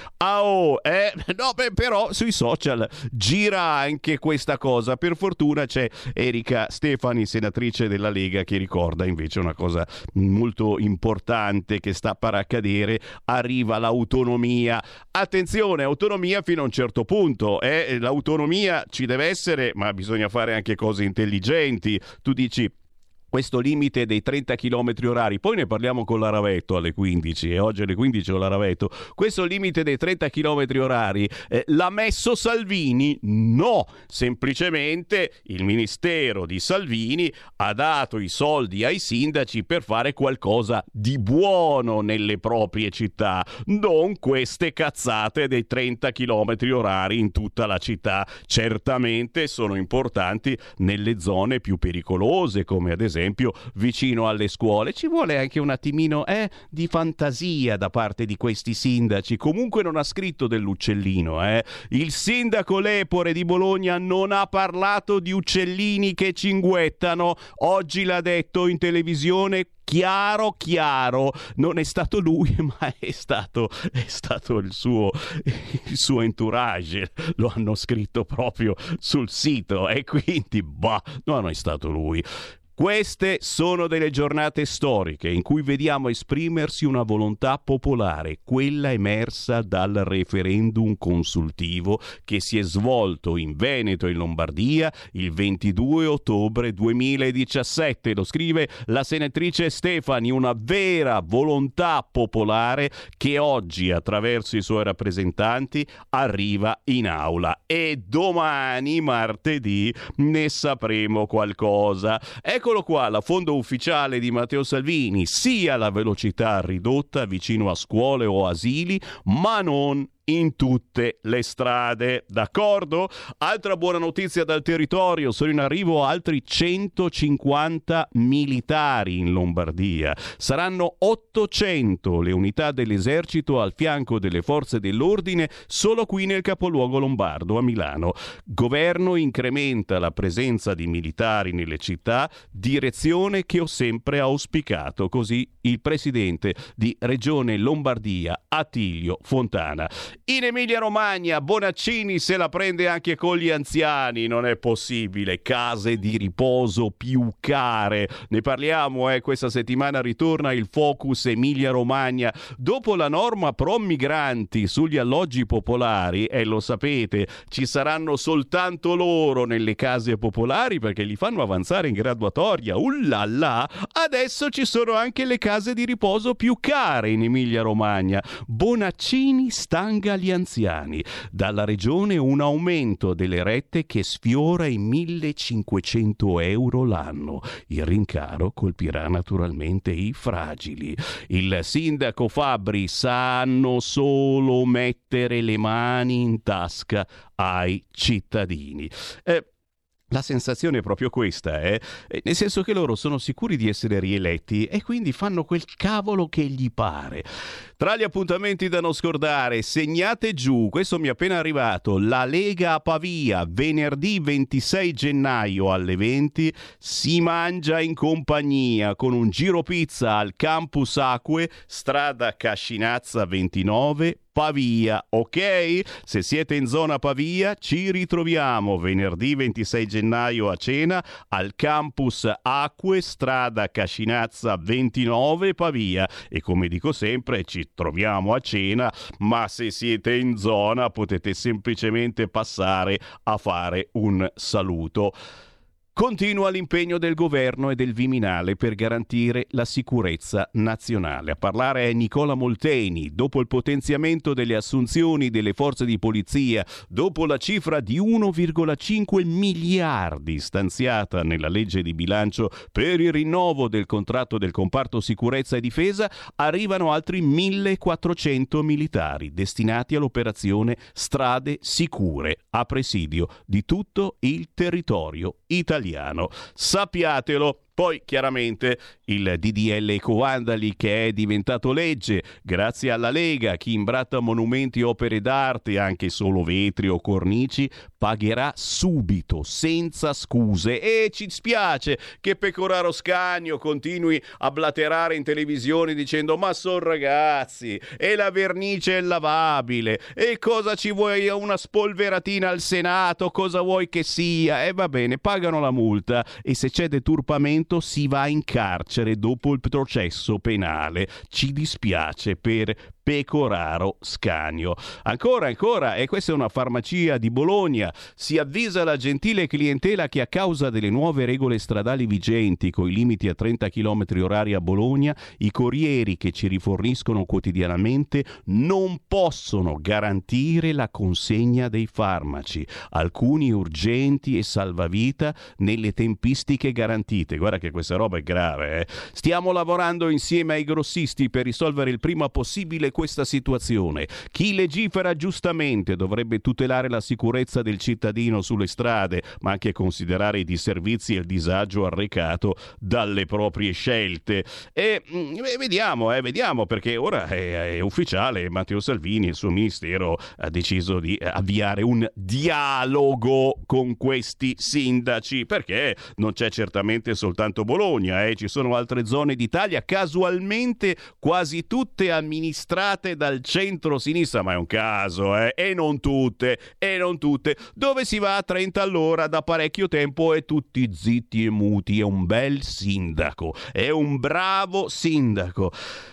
Però sui social gira anche questa cosa. Per fortuna c'è Erika Stefani, senatrice della Lega, che ricorda invece una cosa molto importante che sta per accadere: arriva l'autonomia. Attenzione, autonomia fino a un certo punto, l'autonomia ci deve essere, ma bisogna fare anche cose intelligenti. Tu dici questo limite dei 30 km orari, poi ne parliamo con la Ravetto alle 15, e oggi alle 15 ho la Ravetto. Questo limite dei 30 km orari l'ha messo Salvini? No, semplicemente il ministero di Salvini ha dato i soldi ai sindaci per fare qualcosa di buono nelle proprie città, non queste cazzate dei 30 km orari in tutta la città. Certamente sono importanti nelle zone più pericolose, come ad esempio esempio vicino alle scuole. Ci vuole anche un attimino di fantasia da parte di questi sindaci. Comunque non ha scritto dell'uccellino. Il sindaco Lepore di Bologna non ha parlato di uccellini che cinguettano. Oggi l'ha detto in televisione chiaro, non è stato lui, ma è stato il suo entourage, lo hanno scritto proprio sul sito e quindi non è stato lui. Queste sono delle giornate storiche in cui vediamo esprimersi una volontà popolare, quella emersa dal referendum consultivo che si è svolto in Veneto e in Lombardia il 22 ottobre 2017. Lo scrive la senatrice Stefani, una vera volontà popolare che oggi, attraverso i suoi rappresentanti, arriva in aula. E domani, martedì, ne sapremo qualcosa. Eccolo qua, la fondo ufficiale di Matteo Salvini, sia la velocità ridotta vicino a scuole o asili, ma non in tutte le strade, d'accordo? Altra buona notizia dal territorio, sono in arrivo altri 150 militari in Lombardia. Saranno 800 le unità dell'esercito al fianco delle forze dell'ordine solo qui nel capoluogo lombardo, a Milano. Governo incrementa la presenza di militari nelle città, direzione che ho sempre auspicato, così il presidente di Regione Lombardia, Attilio Fontana. In Emilia-Romagna Bonaccini se la prende anche con gli anziani, non è possibile, case di riposo più care. Ne parliamo, questa settimana ritorna il Focus Emilia-Romagna. Dopo la norma pro migranti sugli alloggi popolari, lo sapete, ci saranno soltanto loro nelle case popolari perché li fanno avanzare in graduatoria. Ullala! Adesso ci sono anche le case di riposo più care in Emilia-Romagna. Bonaccini stanga gli anziani. Dalla regione un aumento delle rette che sfiora i 1.500 euro l'anno. Il rincaro colpirà naturalmente i fragili. Il sindaco Fabbri sanno solo mettere le mani in tasca ai cittadini. La sensazione è proprio questa, nel senso che loro sono sicuri di essere rieletti e quindi fanno quel cavolo che gli pare. Tra gli appuntamenti da non scordare, segnate giù, questo mi è appena arrivato, la Lega a Pavia, venerdì 26 gennaio alle 20, si mangia in compagnia con un giro pizza al Campus Acque, strada Cascinazza 29, Pavia, ok? Se siete in zona Pavia ci ritroviamo venerdì 26 gennaio a cena al Campus Acque, strada Cascinazza 29, Pavia, e come dico sempre ci troviamo a cena, ma se siete in zona potete semplicemente passare a fare un saluto. Continua l'impegno del governo e del Viminale per garantire la sicurezza nazionale. A parlare è Nicola Molteni. Dopo il potenziamento delle assunzioni delle forze di polizia, dopo la cifra di 1,5 miliardi stanziata nella legge di bilancio per il rinnovo del contratto del comparto sicurezza e difesa, arrivano altri 1.400 militari destinati all'operazione Strade Sicure a presidio di tutto il territorio italiano. Sappiatelo. Poi chiaramente il DDL Ecovandali che è diventato legge grazie alla Lega. Chi imbratta monumenti e opere d'arte, anche solo vetri o cornici, pagherà subito, senza scuse. E ci spiace che Pecoraro Scanio continui a blaterare in televisione dicendo ma son ragazzi, e la vernice è lavabile, e cosa ci vuoi, una spolveratina al Senato, cosa vuoi che sia? E va bene, pagano la multa e se c'è deturpamento si va in carcere dopo il processo penale. Ci dispiace per Pecoraro Scanio. Ancora, e questa è una farmacia di Bologna, si avvisa la gentile clientela che a causa delle nuove regole stradali vigenti con i limiti a 30 km/h a Bologna, i corrieri che ci riforniscono quotidianamente non possono garantire la consegna dei farmaci, alcuni urgenti e salvavita, nelle tempistiche garantite. Guarda che questa roba è grave, Stiamo lavorando insieme ai grossisti per risolvere il prima possibile questa situazione. Chi legifera giustamente dovrebbe tutelare la sicurezza del cittadino sulle strade, ma anche considerare i disservizi e il disagio arrecato dalle proprie scelte. E vediamo, perché ora è ufficiale, Matteo Salvini e il suo ministero ha deciso di avviare un dialogo con questi sindaci, perché non c'è certamente soltanto Bologna, ci sono altre zone d'Italia, casualmente quasi tutte amministrate dal centro-sinistra, ma è un caso, e non tutte, dove si va a 30 all'ora da parecchio tempo e tutti zitti e muti. È un bel sindaco, è un bravo sindaco.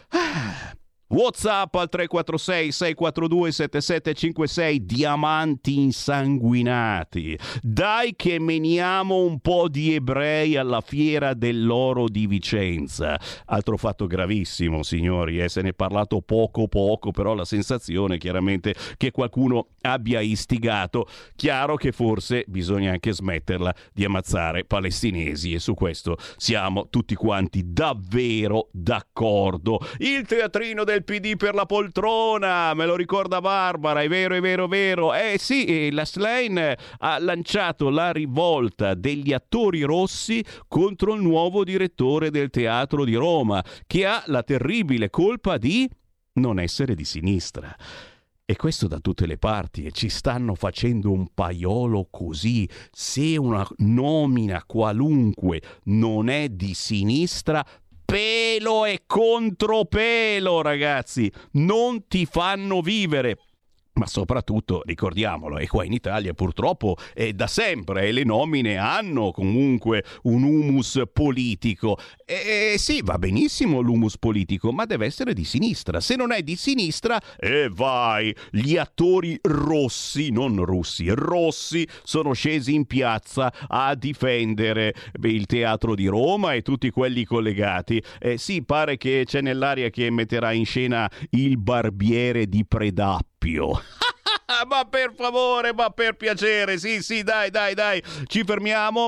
WhatsApp al 346 642 7756, diamanti insanguinati. Dai che meniamo un po' di ebrei alla fiera dell'oro di Vicenza. Altro fatto gravissimo, signori, se ne è parlato poco, però la sensazione chiaramente che qualcuno abbia istigato. Chiaro che forse bisogna anche smetterla di ammazzare palestinesi, e su questo siamo tutti quanti davvero d'accordo. Il teatrino del PD per la poltrona, me lo ricorda Barbara, è vero. Sì, la Schlein ha lanciato la rivolta degli attori rossi contro il nuovo direttore del Teatro di Roma, che ha la terribile colpa di non essere di sinistra. E questo da tutte le parti, e ci stanno facendo un paiolo così. Se una nomina qualunque non è di sinistra, pelo e contropelo, ragazzi, non ti fanno vivere. Ma soprattutto, ricordiamolo, e qua in Italia purtroppo è da sempre, le nomine hanno comunque un humus politico. Sì, va benissimo l'humus politico, ma deve essere di sinistra. Se non è di sinistra, vai, gli attori rossi, non russi, rossi, sono scesi in piazza a difendere il Teatro di Roma e tutti quelli collegati. Sì, pare che c'è nell'aria che metterà in scena il Barbiere di Predappio. Ma per favore, ma per piacere, sì, dai, ci fermiamo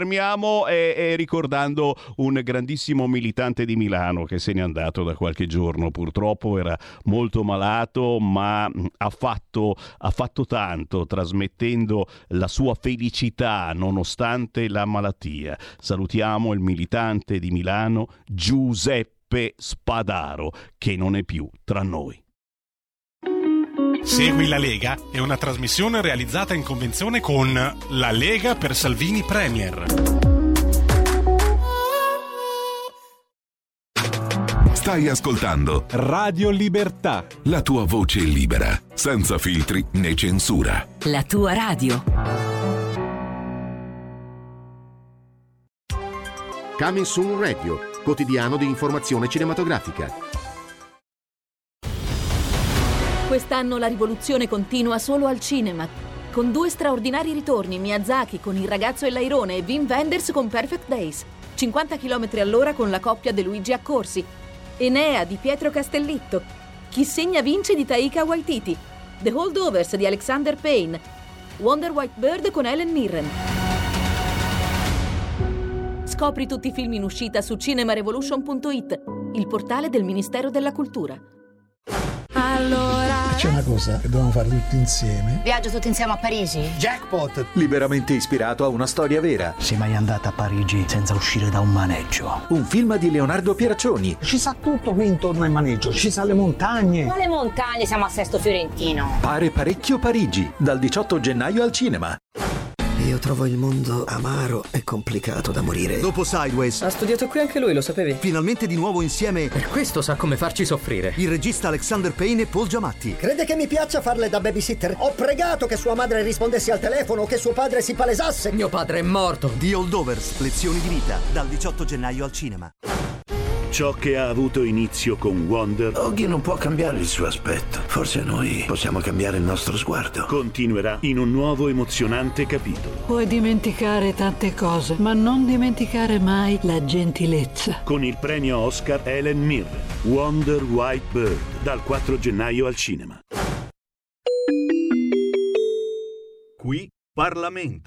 ricordando un grandissimo militante di Milano che se n'è andato da qualche giorno, purtroppo era molto malato, ma ha fatto tanto, trasmettendo la sua felicità nonostante la malattia. Salutiamo il militante di Milano, Giuseppe Spadaro, che non è più tra noi. Segui la Lega è una trasmissione realizzata in convenzione con La Lega per Salvini Premier. Stai ascoltando Radio Libertà, la tua voce libera, senza filtri né censura. La tua radio. Coming Soon Radio, quotidiano di informazione cinematografica. Quest'anno la rivoluzione continua solo al cinema, con 2 straordinari ritorni: Miyazaki con Il ragazzo e l'airone e Wim Wenders con Perfect Days, 50 km all'ora con la coppia De Luigi Accorsi, Enea di Pietro Castellitto, Chi segna vince di Taika Waititi, The Holdovers di Alexander Payne, Wonder White Bird con Helen Mirren. Scopri tutti i film in uscita su cinemarevolution.it, il portale del Ministero della Cultura. Allora, c'è una cosa che dobbiamo fare tutti insieme. Viaggio tutti insieme a Parigi? Jackpot! Liberamente ispirato a una storia vera. Sei mai andata a Parigi senza uscire da un maneggio? Un film di Leonardo Pieraccioni. Ci sa tutto qui intorno al maneggio, ci sa le montagne. Quale montagne? Siamo a Sesto Fiorentino. Pare parecchio Parigi, dal 18 gennaio al cinema. Io trovo il mondo amaro e complicato da morire. Dopo Sideways. Ha studiato qui anche lui, lo sapevi? Finalmente di nuovo insieme. Per questo sa come farci soffrire. Il regista Alexander Payne e Paul Giamatti. Crede che mi piaccia farle da babysitter? Ho pregato che sua madre rispondesse al telefono, che suo padre si palesasse. Mio padre è morto. The Holdovers, lezioni di vita, dal 18 gennaio al cinema. Ciò che ha avuto inizio con Wonder, Oggi non può cambiare il suo aspetto. Forse noi possiamo cambiare il nostro sguardo. continuerà in un nuovo emozionante capitolo. Puoi dimenticare tante cose, ma non dimenticare mai la gentilezza. Con il premio Oscar Helen Mirren, Wonder White Bird, dal 4 gennaio al cinema. Qui Parlamento.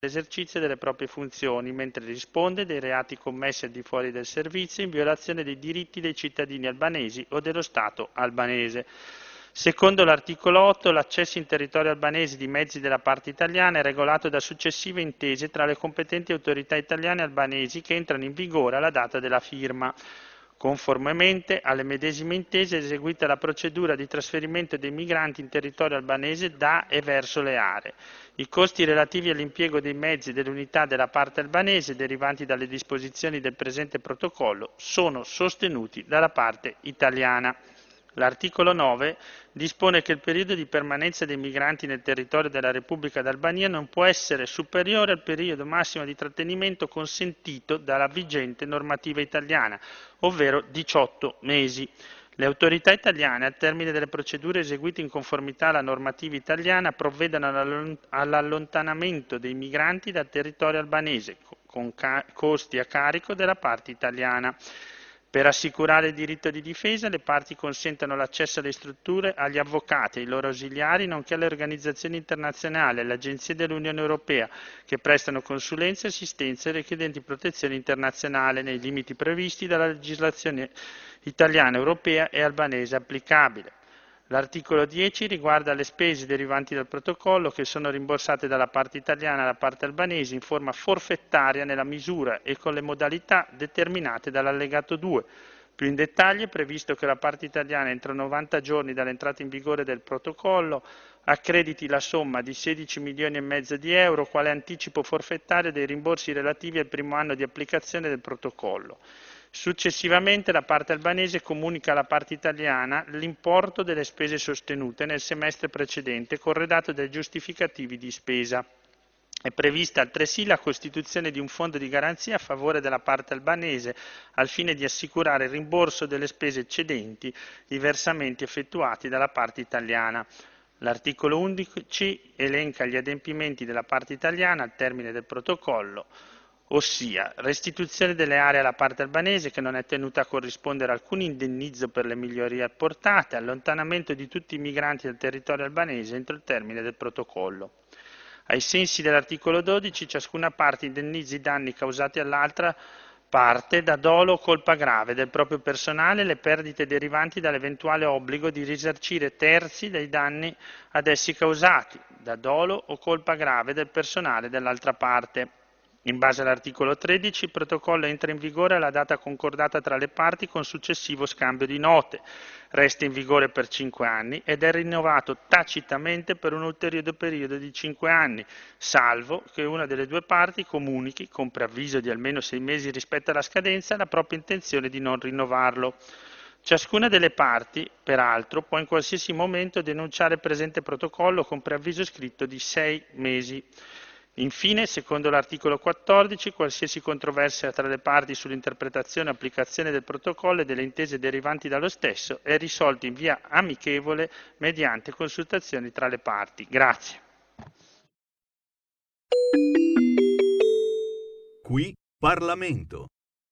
l'esercizio delle proprie funzioni, mentre risponde dei reati commessi al di fuori del servizio in violazione dei diritti dei cittadini albanesi o dello Stato albanese. Secondo l'articolo 8, l'accesso in territorio albanese di mezzi della parte italiana è regolato da successive intese tra le competenti autorità italiane e albanesi che entrano in vigore alla data della firma. Conformemente alle medesime intese è eseguita la procedura di trasferimento dei migranti in territorio albanese da e verso le aree. I costi relativi all'impiego dei mezzi delle unità della parte albanese derivanti dalle disposizioni del presente protocollo sono sostenuti dalla parte italiana. L'articolo 9 dispone che il periodo di permanenza dei migranti nel territorio della Repubblica d'Albania non può essere superiore al periodo massimo di trattenimento consentito dalla vigente normativa italiana, ovvero 18 mesi. Le autorità italiane, al termine delle procedure eseguite in conformità alla normativa italiana, provvedono all'allontanamento dei migranti dal territorio albanese, con costi a carico della parte italiana. Per assicurare il diritto di difesa, le parti consentono l'accesso alle strutture agli avvocati e ai loro ausiliari, nonché alle organizzazioni internazionali e alle agenzie dell'Unione Europea, che prestano consulenza e assistenza ai richiedenti protezione internazionale nei limiti previsti dalla legislazione italiana, europea e albanese applicabile. L'articolo 10 riguarda le spese derivanti dal protocollo che sono rimborsate dalla parte italiana alla parte albanese in forma forfettaria nella misura e con le modalità determinate dall'allegato 2. Più in dettaglio è previsto che la parte italiana entro 90 giorni dall'entrata in vigore del protocollo accrediti la somma di 16 milioni e mezzo di euro quale anticipo forfettario dei rimborsi relativi al primo anno di applicazione del protocollo. Successivamente la parte albanese comunica alla parte italiana l'importo delle spese sostenute nel semestre precedente corredato dai giustificativi di spesa. È prevista altresì la costituzione di un fondo di garanzia a favore della parte albanese al fine di assicurare il rimborso delle spese eccedenti i versamenti effettuati dalla parte italiana. L'articolo 11 elenca gli adempimenti della parte italiana al termine del protocollo, ossia restituzione delle aree alla parte albanese che non è tenuta a corrispondere alcun indennizzo per le migliorie apportate, allontanamento di tutti i migranti dal territorio albanese entro il termine del protocollo. Ai sensi dell'articolo 12 ciascuna parte indennizza i danni causati all'altra parte da dolo o colpa grave del proprio personale e le perdite derivanti dall'eventuale obbligo di risarcire terzi dei danni ad essi causati da dolo o colpa grave del personale dell'altra parte. In base all'articolo 13 il protocollo entra in vigore alla data concordata tra le parti con successivo scambio di note, resta in vigore per 5 anni ed è rinnovato tacitamente per un ulteriore periodo di 5 anni, salvo che una delle due parti comunichi, con preavviso di almeno 6 mesi rispetto alla scadenza, la propria intenzione di non rinnovarlo. Ciascuna delle parti, peraltro, può in qualsiasi momento denunciare il presente protocollo con preavviso scritto di 6 mesi. Infine, secondo l'articolo 14, qualsiasi controversia tra le parti sull'interpretazione e applicazione del protocollo e delle intese derivanti dallo stesso è risolta in via amichevole mediante consultazioni tra le parti. Grazie. Qui Parlamento.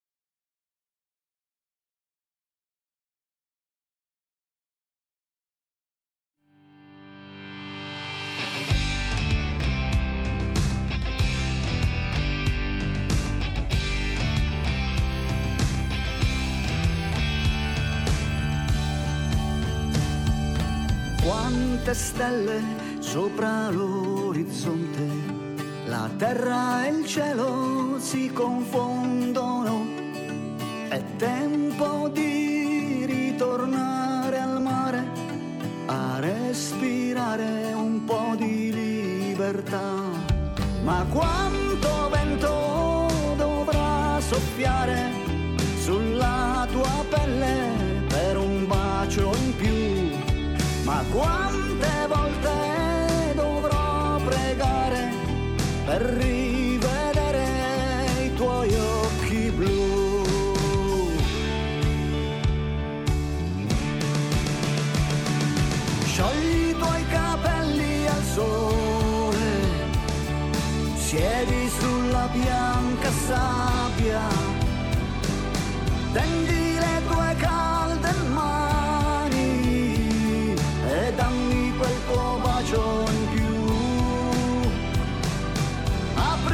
Quante stelle sopra l'orizzonte, la terra e il cielo si confondono. È tempo di ritornare al mare, a respirare un po' di libertà. Ma quanto vento dovrà soffiare sulla tua pelle per un bacio in più? Ma quante volte dovrò pregare per rivedere i tuoi occhi blu? Sciogli i tuoi capelli al sole, siedi sulla bianca sabbia, tendi le tue calde mani e dammi quel tuo bacio in più.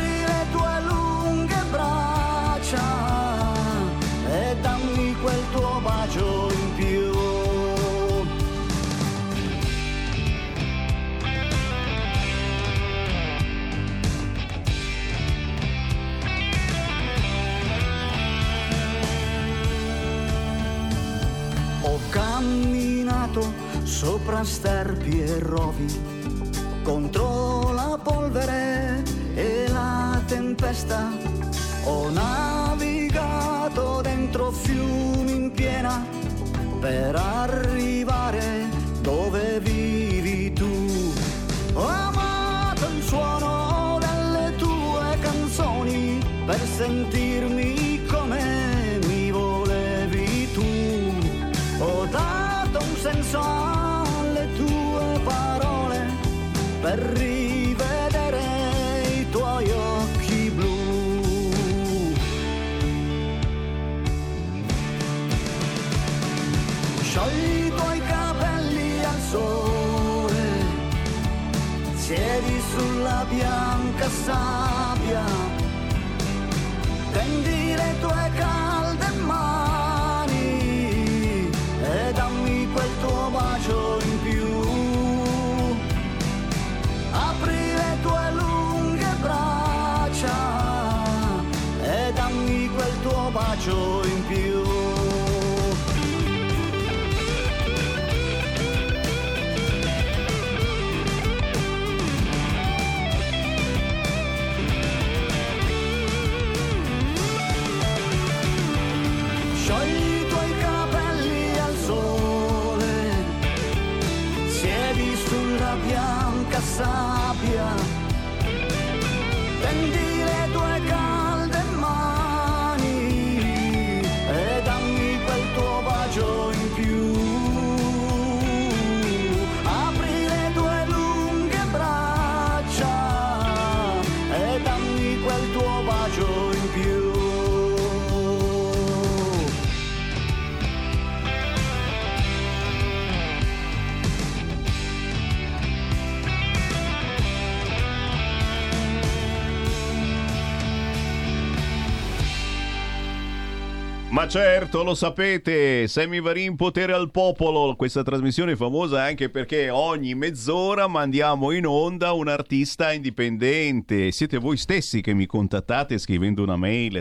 navigato sopra sterpi e rovi, contro la polvere e la tempesta. Ho navigato dentro fiumi in piena per arrivare dove vivi tu. Ho amato il suono delle tue canzoni per sentirmi come mi volevi tu. Ho dato un senso alle tue parole per rivedere i tuoi occhi blu. Sciogli i tuoi capelli al sole, siedi sulla bianca sabbia, tendi le tue calde mani e dammi quel tuo bacio in più. Apri le tue lunghe braccia e dammi quel tuo bacio in più. Sciogli i tuoi capelli al sole, siedi sulla bianca sabbia, tendi le tue calde mani e dammi quel tuo bacio in più. Apri le tue lunghe braccia e dammi quel tuo bacio in più. Ma certo, lo sapete, Sammy Varin, Potere al Popolo, questa trasmissione è famosa anche perché ogni mezz'ora mandiamo in onda un artista indipendente. Siete voi stessi che mi contattate scrivendo una mail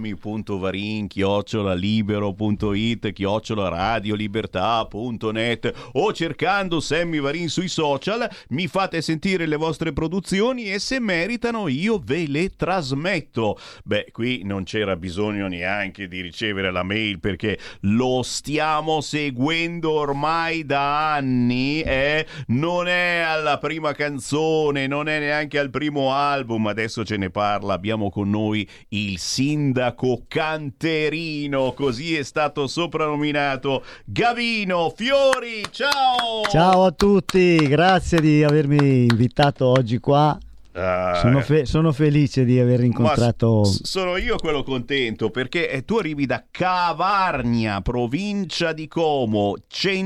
sammy.varin@libero.it, @radiolibertà.net o cercando Sammy Varin sui social. Mi fate sentire le vostre produzioni e se meritano io ve le trasmetto. Beh, qui non c'era bisogno neanche di ricevere la mail perché lo stiamo seguendo ormai da anni, non è alla prima canzone, non è neanche al primo album, adesso ce ne parla. Abbiamo con noi il sindaco canterino, così è stato soprannominato, Gavino Fiori. Ciao! Ciao a tutti, grazie di avermi invitato oggi qua. Sono felice di aver incontrato. Sono io quello contento perché tu arrivi da Cavarnia, provincia di Como,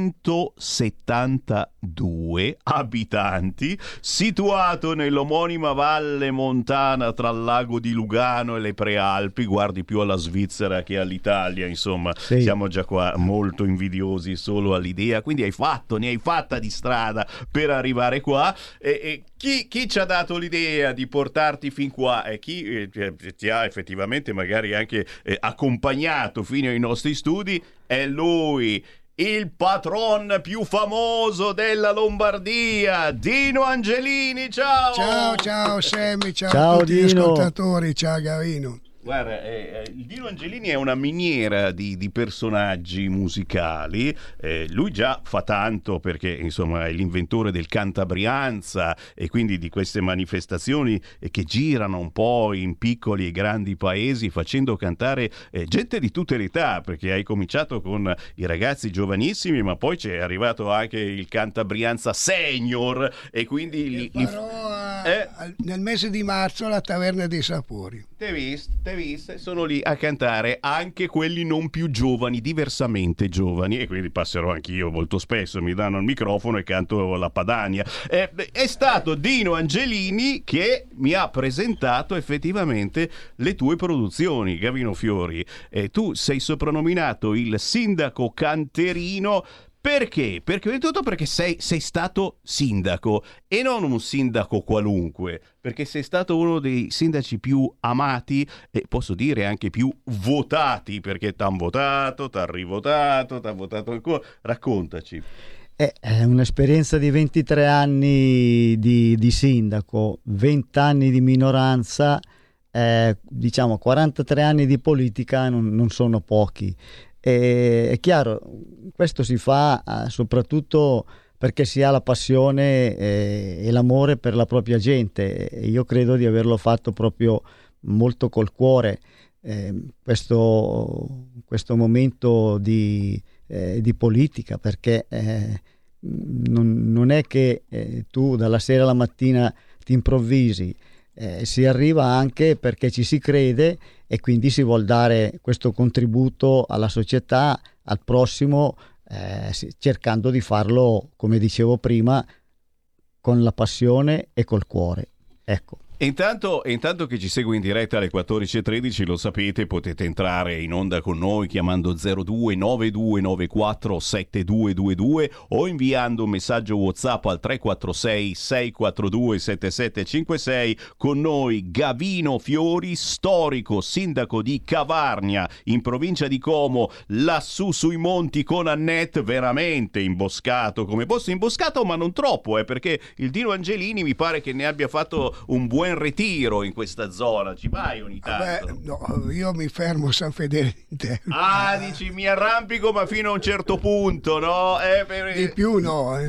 172 abitanti, situato nell'omonima valle montana tra il lago di Lugano e le Prealpi. Guardi più alla Svizzera che all'Italia, insomma, sì. Siamo già qua molto invidiosi solo all'idea. Quindi ne hai fatta di strada per arrivare qua. Chi ci ha dato l'idea di portarti fin qua e chi ti ha effettivamente magari anche accompagnato fino ai nostri studi è lui, il patron più famoso della Lombardia, Dino Angelini. Ciao! Ciao Sammy, ciao a tutti gli ascoltatori, ciao Gavino. Guarda, il Dino Angelini è una miniera di personaggi musicali. Lui già fa tanto perché insomma è l'inventore del cantabrianza e quindi di queste manifestazioni che girano un po' in piccoli e grandi paesi facendo cantare gente di tutte le età, perché hai cominciato con i ragazzi giovanissimi ma poi c'è arrivato anche il cantabrianza senior e quindi nel mese di marzo alla Taverna dei Sapori. T'hai visto? Sono lì a cantare anche quelli non più giovani, diversamente giovani, e quindi passerò anch'io molto spesso, mi danno il microfono e canto la Padania. È stato Dino Angelini che mi ha presentato effettivamente le tue produzioni, Gavino Fiori. Tu sei soprannominato il sindaco canterino. Perché? Perché sei stato sindaco e non un sindaco qualunque, perché sei stato uno dei sindaci più amati e posso dire anche più votati, perché t'han votato, t'han rivotato, t'han votato ancora. Raccontaci. È un'esperienza di 23 anni di sindaco, 20 anni di minoranza, diciamo 43 anni di politica non sono pochi. È chiaro, questo si fa soprattutto perché si ha la passione e l'amore per la propria gente. Io credo di averlo fatto proprio molto col cuore. Questo momento di politica, perché non è che tu dalla sera alla mattina ti improvvisi, si arriva anche perché ci si crede e quindi si vuol dare questo contributo alla società, al prossimo, cercando di farlo, come dicevo prima, con la passione e col cuore. Ecco. E intanto che ci segui in diretta alle 14.13, lo sapete, potete entrare in onda con noi chiamando 0292947222 o inviando un messaggio WhatsApp al 346 642 7756. Con noi Gavino Fiori, storico sindaco di Cavarnia in provincia di Como, lassù sui monti con Annette, veramente imboscato come posto, imboscato ma non troppo, perché il Dino Angelini mi pare che ne abbia fatto un buon ritiro in questa zona. Ci vai ogni tanto? No, io mi fermo a San Fedele d'Interno. Dici mi arrampico ma fino a un certo punto, no? Di più no,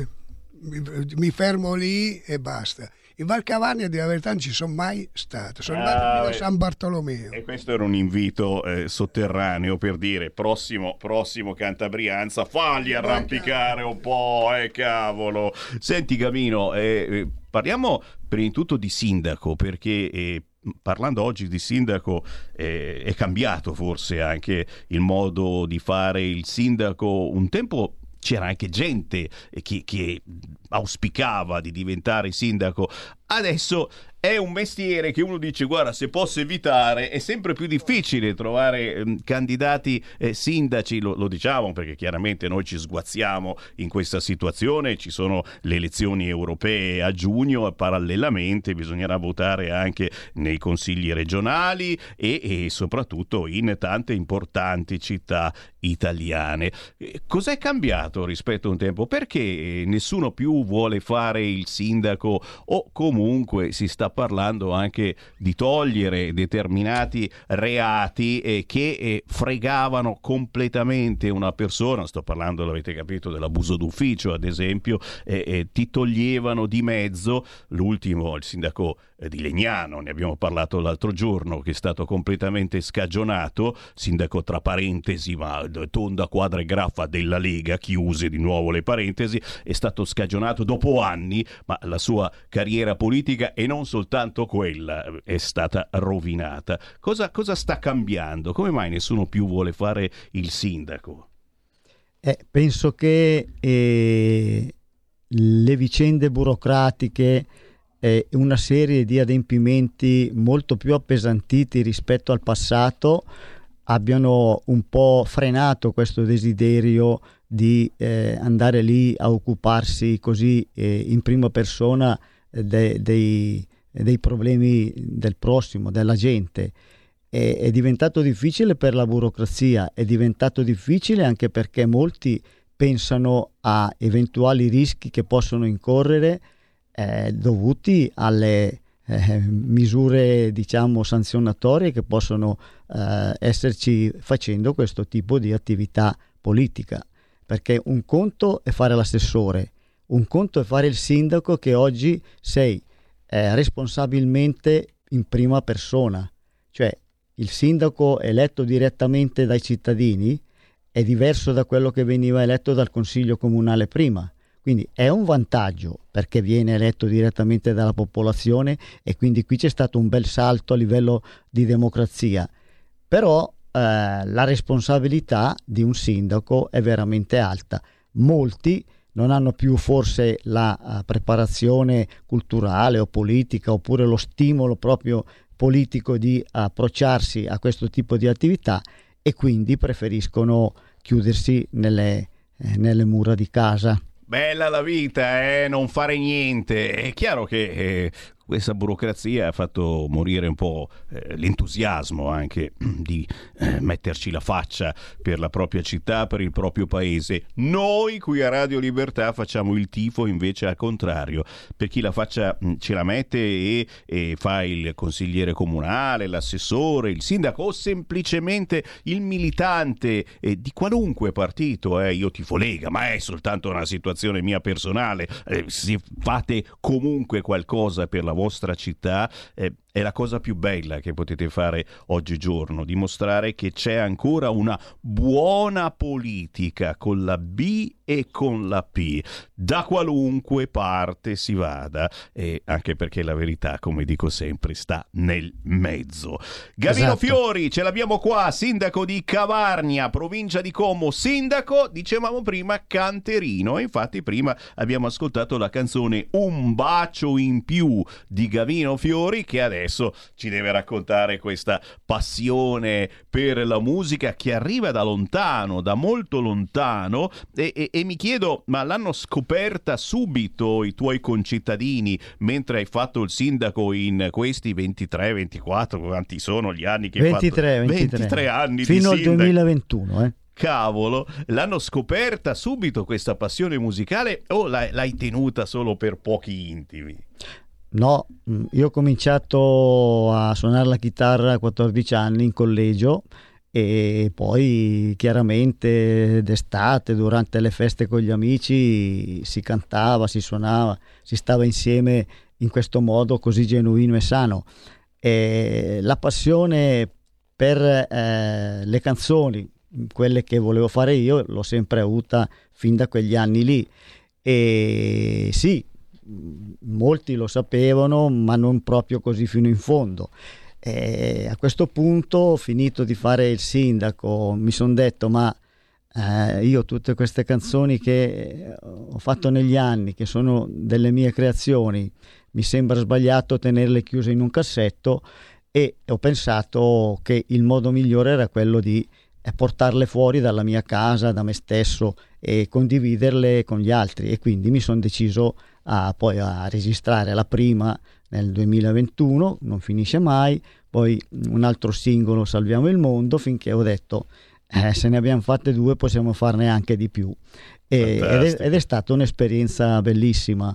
mi fermo lì e basta. In Val Cavarnia, di la verità, non ci sono mai stato. Sono andato fino a San Bartolomeo. E questo era un invito sotterraneo per dire prossimo Cantabrianza, fagli arrampicare un po', cavolo. Senti Gavino, parliamo prima di tutto di sindaco, perché parlando oggi di sindaco è cambiato forse anche il modo di fare il sindaco. Un tempo c'era anche gente che auspicava di diventare sindaco. Adesso è un mestiere che uno dice guarda, se posso evitare, è sempre più difficile trovare candidati sindaci, lo diciamo perché chiaramente noi ci sguazziamo in questa situazione, ci sono le elezioni europee a giugno e parallelamente bisognerà votare anche nei consigli regionali e soprattutto in tante importanti città italiane. Cos'è cambiato rispetto a un tempo? Perché nessuno più vuole fare il sindaco, o comunque si sta parlando anche di togliere determinati reati che fregavano completamente una persona? Sto parlando, l'avete capito, dell'abuso d'ufficio ad esempio, ti toglievano di mezzo. L'ultimo, il sindaco di Legnano, ne abbiamo parlato l'altro giorno, che è stato completamente scagionato, sindaco tra parentesi ma tonda, quadra e graffa della Lega, chiuse di nuovo le parentesi, è stato scagionato dopo anni, ma la sua carriera politica, e non soltanto quella, è stata rovinata. Cosa sta cambiando? Come mai nessuno più vuole fare il sindaco? Penso che le vicende burocratiche, una serie di adempimenti molto più appesantiti rispetto al passato abbiano un po' frenato questo desiderio di andare lì a occuparsi così in prima persona dei problemi del prossimo, della gente. È diventato difficile per la burocrazia, è diventato difficile anche perché molti pensano a eventuali rischi che possono incorrere dovuti alle misure, diciamo, sanzionatorie che possono esserci facendo questo tipo di attività politica. Perché un conto è fare l'assessore, un conto è fare il sindaco, che oggi sei responsabilmente in prima persona. Cioè il sindaco eletto direttamente dai cittadini è diverso da quello che veniva eletto dal consiglio comunale prima. Quindi è un vantaggio perché viene eletto direttamente dalla popolazione, e quindi qui c'è stato un bel salto a livello di democrazia. Però la responsabilità di un sindaco è veramente alta. Molti non hanno più forse la preparazione culturale o politica, oppure lo stimolo proprio politico di approcciarsi a questo tipo di attività, e quindi preferiscono chiudersi nelle mura di casa. Bella la vita, non fare niente. È chiaro che questa burocrazia ha fatto morire un po' l'entusiasmo anche di metterci la faccia per la propria città, per il proprio paese. Noi qui a Radio Libertà facciamo il tifo invece al contrario, per chi la faccia ce la mette e fa il consigliere comunale, l'assessore, il sindaco o semplicemente il militante di qualunque partito. Io tifo Lega, ma è soltanto una situazione mia personale. Se fate comunque qualcosa per la vostra città, è la cosa più bella che potete fare oggigiorno, dimostrare che c'è ancora una buona politica con la B e con la P, da qualunque parte si vada, e anche perché la verità, come dico sempre, sta nel mezzo. Gavino Fiori, ce l'abbiamo qua, sindaco di Cavarnia, provincia di Como, sindaco, dicevamo prima, canterino, e infatti prima abbiamo ascoltato la canzone Un bacio in più di Gavino Fiori, che adesso ci deve raccontare questa passione per la musica che arriva da lontano, da molto lontano, e mi chiedo, ma l'hanno scoperta subito i tuoi concittadini mentre hai fatto il sindaco in questi 23, 24, quanti sono gli anni che hai fatto? 23 anni fino di al sindaco. 2021, Cavolo, l'hanno scoperta subito questa passione musicale o l'hai tenuta solo per pochi intimi? No, io ho cominciato a suonare la chitarra a 14 anni in collegio, e poi chiaramente d'estate durante le feste con gli amici si cantava, si suonava, si stava insieme in questo modo così genuino e sano. E la passione per le canzoni, quelle che volevo fare io, l'ho sempre avuta fin da quegli anni lì. E sì, molti lo sapevano, ma non proprio così fino in fondo. A questo punto, finito di fare il sindaco, mi sono detto, ma io tutte queste canzoni che ho fatto negli anni, che sono delle mie creazioni, mi sembra sbagliato tenerle chiuse in un cassetto, e ho pensato che il modo migliore era quello di portarle fuori dalla mia casa, da me stesso, e condividerle con gli altri, e quindi mi sono deciso poi a registrare la prima nel 2021, Non finisce mai, poi un altro singolo, Salviamo il mondo, finché ho detto se ne abbiamo fatte 2 possiamo farne anche di più, ed è stata un'esperienza bellissima,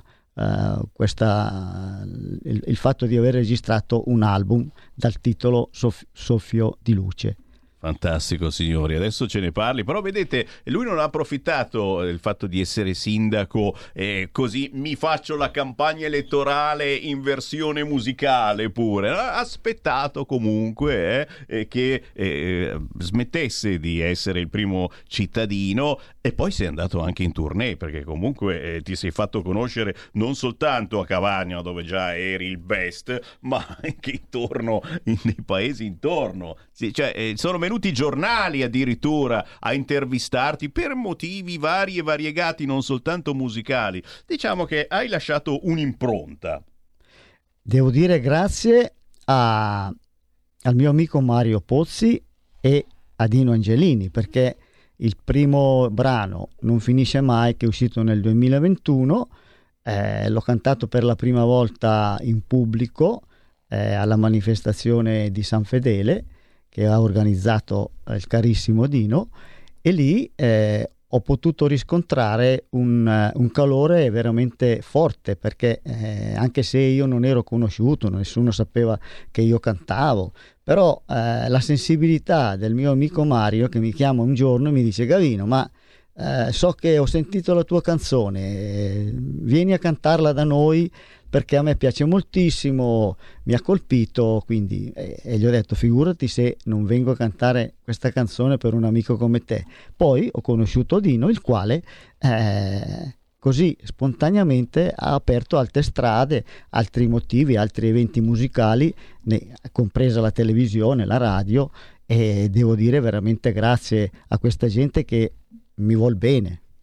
il fatto di aver registrato un album dal titolo Soffio di luce. Fantastico, signori, adesso ce ne parli, però vedete, lui non ha approfittato del fatto di essere sindaco, così mi faccio la campagna elettorale in versione musicale pure, ha aspettato comunque che smettesse di essere il primo cittadino, e poi sei andato anche in tournée, perché comunque ti sei fatto conoscere non soltanto a Cavarnia, dove già eri il best, ma anche intorno, nei paesi intorno. Sì, cioè, sono venuti giornali addirittura a intervistarti per motivi vari e variegati, non soltanto musicali. Diciamo che hai lasciato un'impronta. Devo dire grazie al mio amico Mario Pozzi e a Dino Angelini, perché il primo brano, Non finisce mai, che è uscito nel 2021, l'ho cantato per la prima volta in pubblico alla manifestazione di San Fedele che ha organizzato il carissimo Dino, e lì ho potuto riscontrare un calore veramente forte, perché anche se io non ero conosciuto, nessuno sapeva che io cantavo, però la sensibilità del mio amico Mario, che mi chiama un giorno e mi dice: Gavino, ma so che ho sentito la tua canzone, vieni a cantarla da noi perché a me piace moltissimo, mi ha colpito, quindi e gli ho detto: figurati se non vengo a cantare questa canzone per un amico come te. Poi ho conosciuto Dino, il quale così spontaneamente ha aperto altre strade, altri motivi, altri eventi musicali, compresa la televisione, la radio, e devo dire veramente grazie a questa gente che mi vuol bene.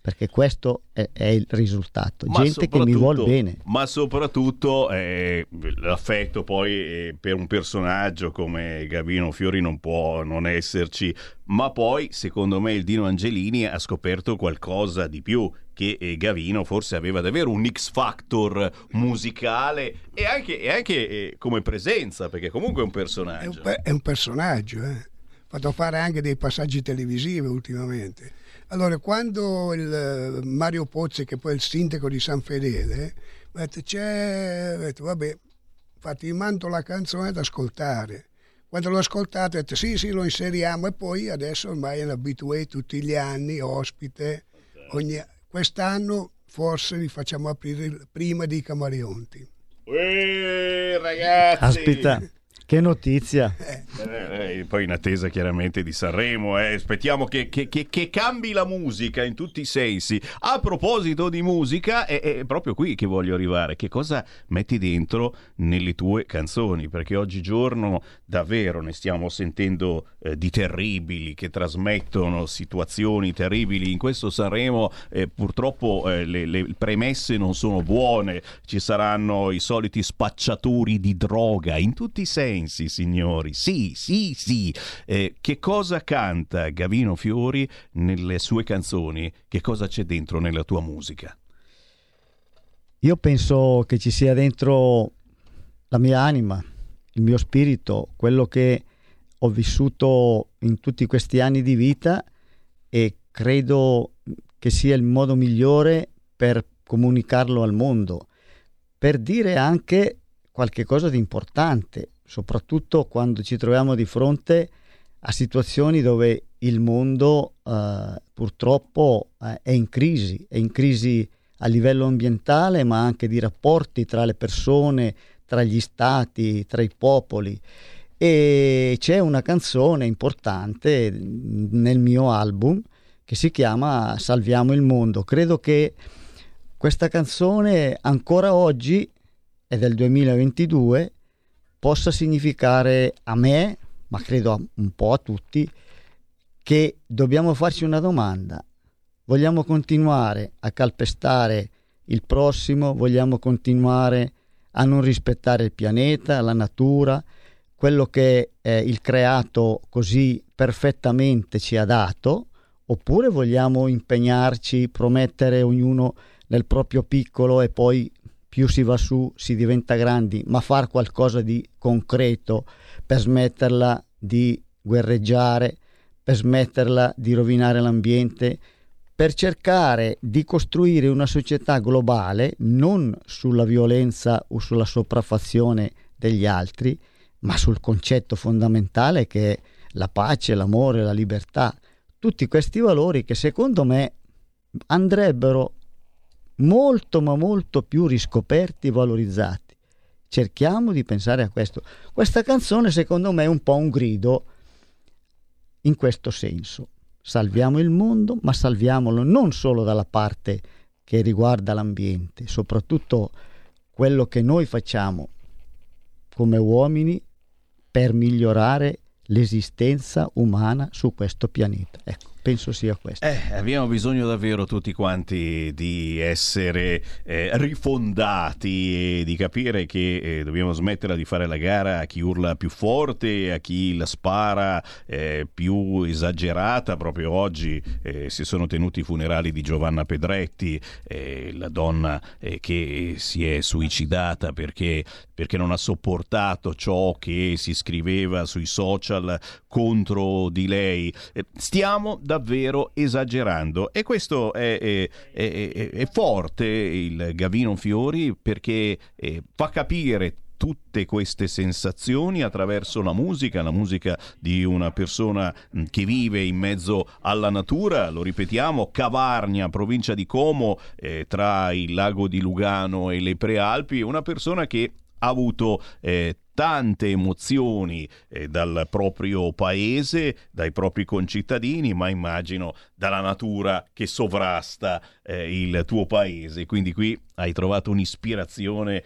perché questo è il risultato, gente che mi vuol bene. Ma soprattutto l'affetto poi per un personaggio come Gavino Fiori non può non esserci, ma poi secondo me il Dino Angelini ha scoperto qualcosa di più, che Gavino forse aveva davvero un X Factor musicale e anche come presenza, perché comunque è un personaggio. È un personaggio, Ha fatto fare anche dei passaggi televisivi ultimamente. Allora, quando il Mario Pozzi, che poi è il sindaco di San Fedele, mi ha detto, vabbè, infatti vi mando la canzone da ascoltare. Quando l'ho ascoltato ho detto sì, lo inseriamo, e poi adesso ormai è un abitué tutti gli anni, ospite. Quest'anno forse li facciamo aprire prima dei Camaleonti. Ragazzi! Aspetta, che notizia! Poi in attesa chiaramente di Sanremo, aspettiamo che cambi la musica in tutti i sensi. A proposito di musica, è proprio qui che voglio arrivare. Che cosa metti dentro nelle tue canzoni? Perché oggigiorno davvero ne stiamo sentendo di terribili, che trasmettono situazioni terribili. In questo Sanremo purtroppo le premesse non sono buone, ci saranno i soliti spacciatori di droga in tutti i sensi, signori. Sì. Che cosa canta Gavino Fiori nelle sue canzoni? Che cosa c'è dentro nella tua musica? Io penso che ci sia dentro la mia anima, il mio spirito, quello che ho vissuto in tutti questi anni di vita, e credo che sia il modo migliore per comunicarlo al mondo, per dire anche qualche cosa di importante, soprattutto quando ci troviamo di fronte a situazioni dove il mondo purtroppo è in crisi a livello ambientale, ma anche di rapporti tra le persone, tra gli stati, tra i popoli. E c'è una canzone importante nel mio album che si chiama Salviamo il mondo. Credo che questa canzone ancora oggi, è del 2022, possa significare a me, ma credo un po' a tutti, che dobbiamo farci una domanda. Vogliamo continuare a calpestare il prossimo? Vogliamo continuare a non rispettare il pianeta, la natura, quello che il creato così perfettamente ci ha dato? Oppure vogliamo impegnarci, promettere ognuno nel proprio piccolo, e poi più si va su si diventa grandi, ma far qualcosa di concreto per smetterla di guerreggiare, per smetterla di rovinare l'ambiente, per cercare di costruire una società globale non sulla violenza o sulla sopraffazione degli altri, ma sul concetto fondamentale che è la pace, l'amore, la libertà. Tutti questi valori che secondo me andrebbero molto ma molto più riscoperti e valorizzati. Cerchiamo di pensare a questo. Questa canzone secondo me è un po' un grido in questo senso. Salviamo il mondo, ma salviamolo non solo dalla parte che riguarda l'ambiente, soprattutto quello che noi facciamo come uomini per migliorare l'esistenza umana su questo pianeta. Ecco, penso sia questo. Abbiamo bisogno davvero tutti quanti di essere rifondati e di capire che dobbiamo smettere di fare la gara a chi urla più forte, a chi la spara più esagerata. Proprio oggi si sono tenuti i funerali di Giovanna Pedretti, la donna che si è suicidata perché non ha sopportato ciò che si scriveva sui social contro di lei. Stiamo davvero esagerando, e questo è forte il Gavino Fiori, perché fa capire tutte queste sensazioni attraverso la musica di una persona che vive in mezzo alla natura. Lo ripetiamo, Cavarnia, provincia di Como, tra il lago di Lugano e le Prealpi, una persona che ha avuto tante emozioni dal proprio paese, dai propri concittadini, ma immagino dalla natura che sovrasta il tuo paese. Quindi qui hai trovato un'ispirazione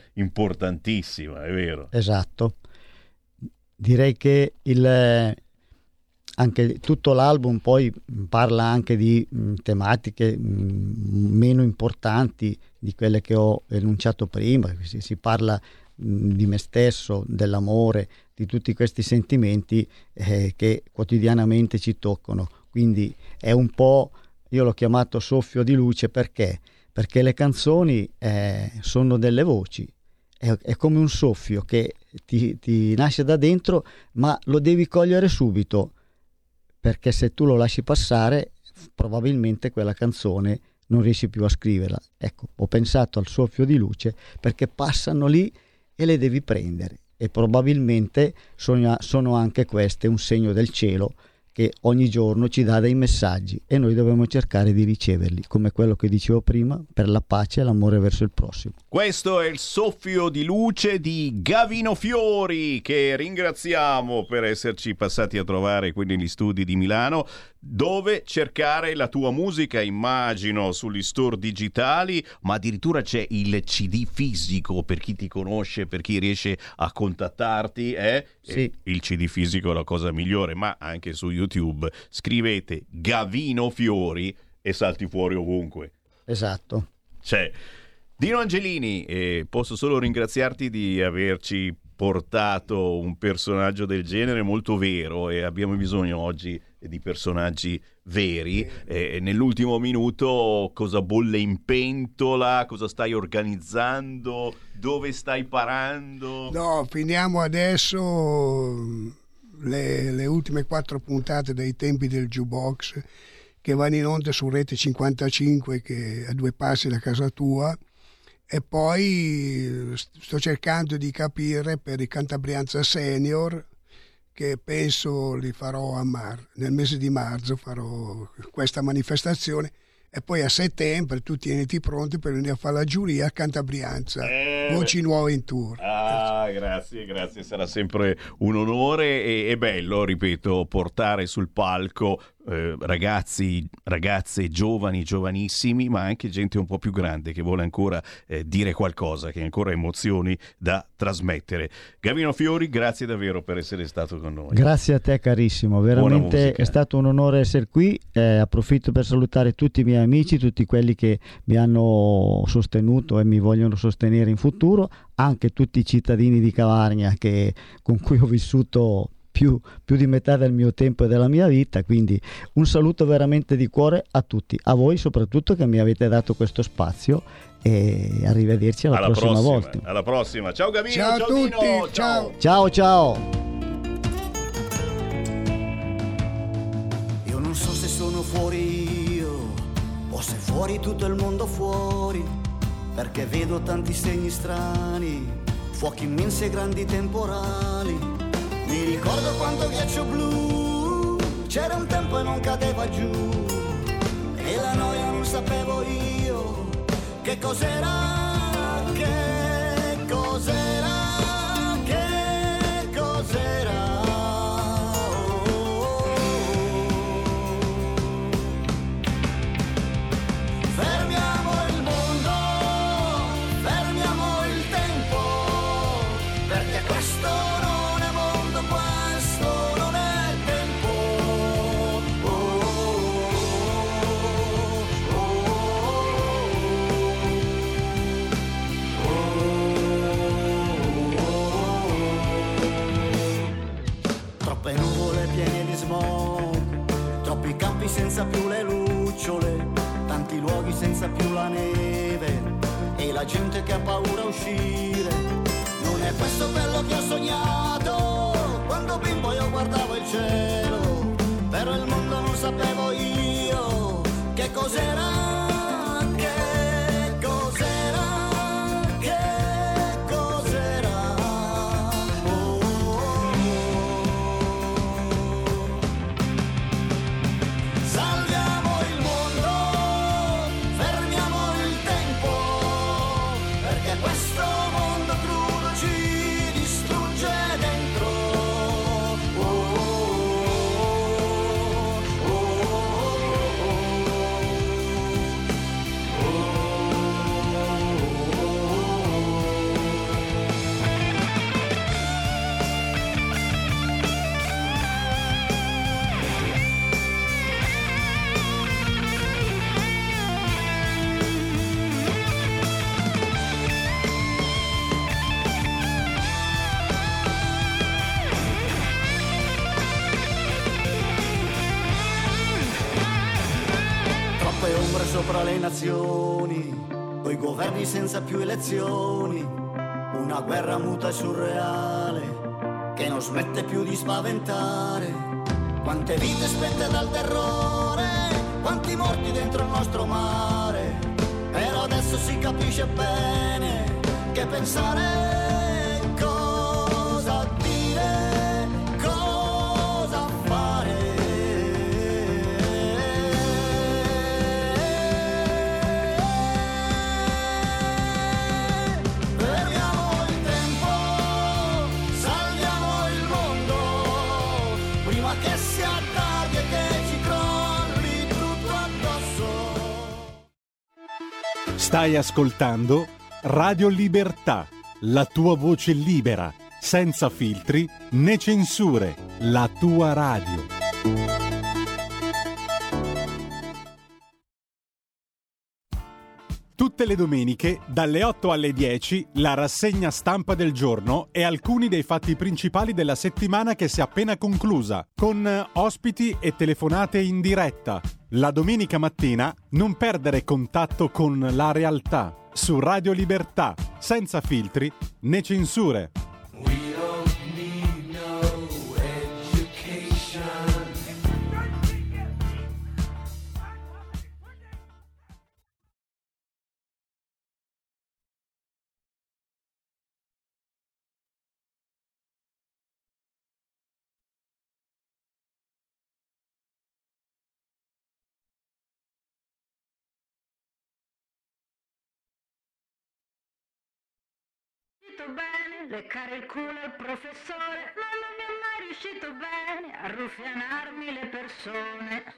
importantissima, è vero? Esatto. Direi che anche tutto l'album poi parla anche di tematiche meno importanti di quelle che ho enunciato prima. Si parla di me stesso, dell'amore, di tutti questi sentimenti che quotidianamente ci toccano. Quindi è un po', io l'ho chiamato soffio di luce perché le canzoni sono delle voci, è come un soffio che ti nasce da dentro, ma lo devi cogliere subito, perché se tu lo lasci passare probabilmente quella canzone non riesci più a scriverla. Ecco, ho pensato al soffio di luce perché passano lì e le devi prendere, e probabilmente sono anche queste un segno del cielo che ogni giorno ci dà dei messaggi e noi dobbiamo cercare di riceverli, come quello che dicevo prima, per la pace e l'amore verso il prossimo. Questo è il soffio di luce di Gavino Fiori, che ringraziamo per esserci passati a trovare qui negli studi di Milano, dove cercare la tua musica, immagino, sugli store digitali, ma addirittura c'è il CD fisico per chi ti conosce, per chi riesce a contattarti. Sì. Il CD fisico è la cosa migliore, ma anche su YouTube scrivete Gavino Fiori e salti fuori ovunque. Esatto. Dino Angelini, posso solo ringraziarti di averci portato un personaggio del genere molto vero, e abbiamo bisogno oggi di personaggi veri. Nell'ultimo minuto, cosa bolle in pentola? Cosa stai organizzando? Dove stai parando? No, finiamo adesso le ultime 4 puntate dei tempi del Jukebox, che vanno in onda su Rete 55, che è a 2 passi da casa tua, e poi sto cercando di capire per i Cantabrianza Senior, che penso li farò nel mese di marzo farò questa manifestazione, e poi a settembre tu tieniti pronti per venire a fare la giuria a Cantabrianza, Voci Nuove in Tour. Grazie, sarà sempre un onore, e è bello, ripeto, portare sul palco ragazzi, ragazze giovani, giovanissimi, ma anche gente un po' più grande che vuole ancora dire qualcosa, che ha ancora emozioni da trasmettere. Gavino Fiori, grazie davvero per essere stato con noi. Grazie a te carissimo, veramente è stato un onore essere qui. Approfitto per salutare tutti i miei amici, tutti quelli che mi hanno sostenuto e mi vogliono sostenere in futuro, anche tutti i cittadini di Cavarnia con cui ho vissuto più di metà del mio tempo e della mia vita. Quindi un saluto veramente di cuore a tutti, a voi soprattutto che mi avete dato questo spazio, e arrivederci alla prossima volta. Alla prossima, ciao Gavino, ciao a tutti, Dino, ciao. Io non so se sono fuori io o se fuori tutto il mondo fuori, perché vedo tanti segni strani, fuochi immensi e grandi temporali. Mi ricordo quanto ghiaccio blu c'era un tempo e non cadeva giù, e la noia non sapevo io che cos'era, che cos'era, che cos'era. Fermiamo il mondo, fermiamo il tempo, perché questo non è mondo, questo non è tempo. Troppe nuvole piene di smog, troppi campi senza più le lucciole, tanti luoghi senza più la neve e la gente che ha paura a uscire. Non è questo quello che ho sognato quando bimbo io guardavo il cielo, però il mondo non sapevo io che cos'era. sopra le nazioni, coi governi senza più elezioni, una guerra muta e surreale che non smette più di spaventare. Quante vite spente dal terrore, quanti morti dentro il nostro mare, però adesso si capisce bene che pensare, cosa dire, cosa fare. Fermiamo il tempo, salviamo il mondo, prima che sia tardi e che ci crolli tutto addosso. Stai ascoltando Radio Libertà, la tua voce libera, senza filtri né censure, la tua radio. Tutte le domeniche, dalle 8 alle 10, la rassegna stampa del giorno e alcuni dei fatti principali della settimana che si è appena conclusa, con ospiti e telefonate in diretta. La domenica mattina non perdere contatto con la realtà, su Radio Libertà, senza filtri né censure. Bene, leccare il culo al professore, ma non mi è mai riuscito bene a ruffianarmi le persone.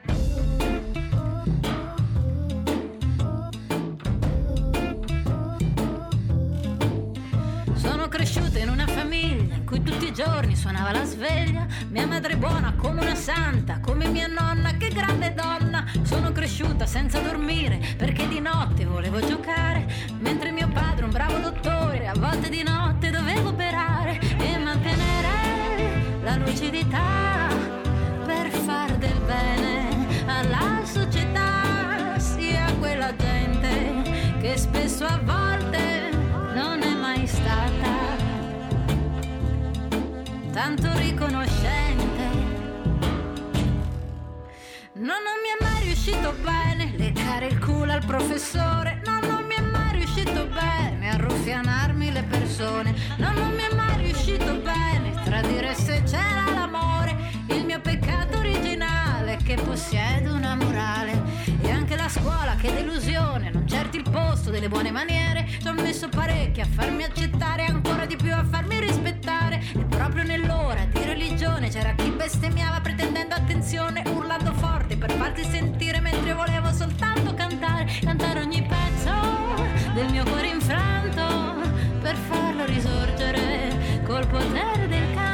Sono cresciuta in una famiglia in cui tutti i giorni suonava la sveglia. Mia madre buona come una santa, come mia nonna, che grande donna. Sono cresciuta senza dormire perché di notte volevo giocare, mentre mio padre, un bravo dottore, a volte di notte dovevo operare e mantenere la lucidità per far del bene alla società, sia quella gente che spesso a volte non è mai stata tanto riconoscente. No, non mi è mai riuscito bene leccare il culo al professore. No, non mi è mai riuscito bene arruffianarmi le persone. No, non mi è mai riuscito bene tradire se c'era l'amore. Il mio peccato originale è che possiedo una morale. E anche la scuola, che delusione, non certi il posto delle buone maniere. Ci ho messo parecchio a farmi accettare, ancora di più a farmi rispettare. E proprio nell'ora di religione c'era chi bestemmiava pretendendo attenzione, urlando forte per farti sentire, mentre volevo soltanto cantare ogni pezzo del mio cuore infranto, per farlo risorgere col potere del canto.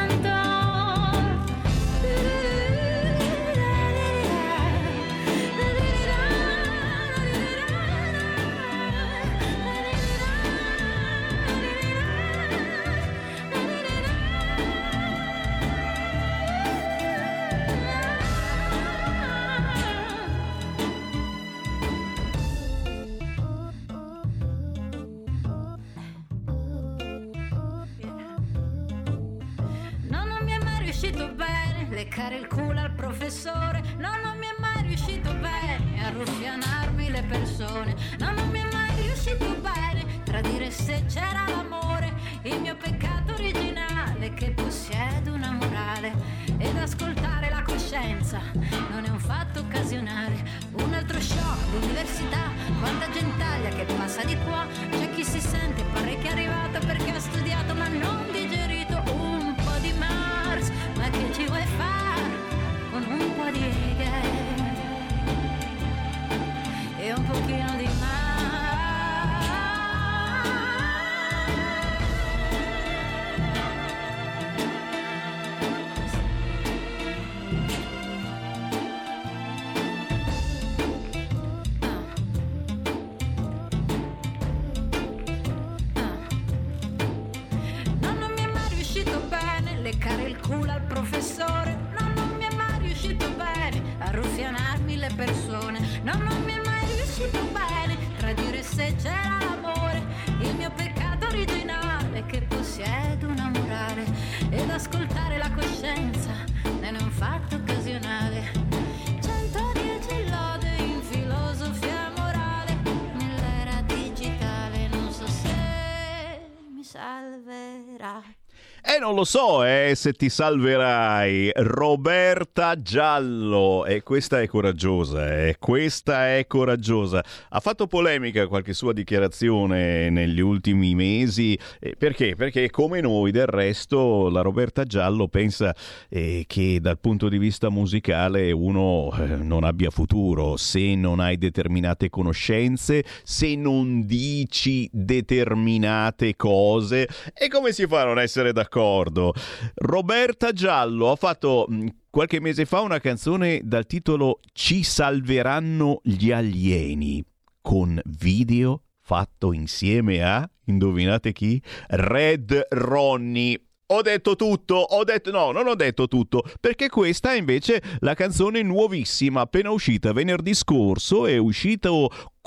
Leccare il culo al professore, no, non mi è mai riuscito bene arruffianarmi le persone. No, non mi è mai riuscito bene tradire se c'era l'amore. Il mio peccato originale è che possiedo una morale. Ed ascoltare la coscienza non è un fatto occasionale. Un altro shock, l'università, quanta gentaglia che passa di qua. C'è chi si sente parecchio arrivato perché ha studiato ma non digerito un po' di Mars. Ma che ci vuoi fare con un po' di righe e un pochino di leccare il culo al professore. No, non mi è mai riuscito bene arruffianarmi le persone. No, non mi è mai riuscito chiedo una morale ed ascoltare la coscienza non è un fatto occasionale. 110 lode in filosofia morale, nell'era digitale non so se mi salverà. Non lo so, se ti salverai. Roberta Giallo, e questa è coraggiosa, questa è coraggiosa. Ha fatto polemica qualche sua dichiarazione negli ultimi mesi, perché? Perché come noi del resto la Roberta Giallo pensa che dal punto di vista musicale uno non abbia futuro se non hai determinate conoscenze, se non dici determinate cose. E come si fa a non essere d'accordo? Roberta Giallo ha fatto qualche mese fa una canzone dal titolo Ci salveranno gli alieni, con video fatto insieme a, indovinate chi? Red Ronnie. Ho detto tutto, no, non ho detto tutto, perché questa è invece la canzone nuovissima, appena uscita venerdì scorso, è uscito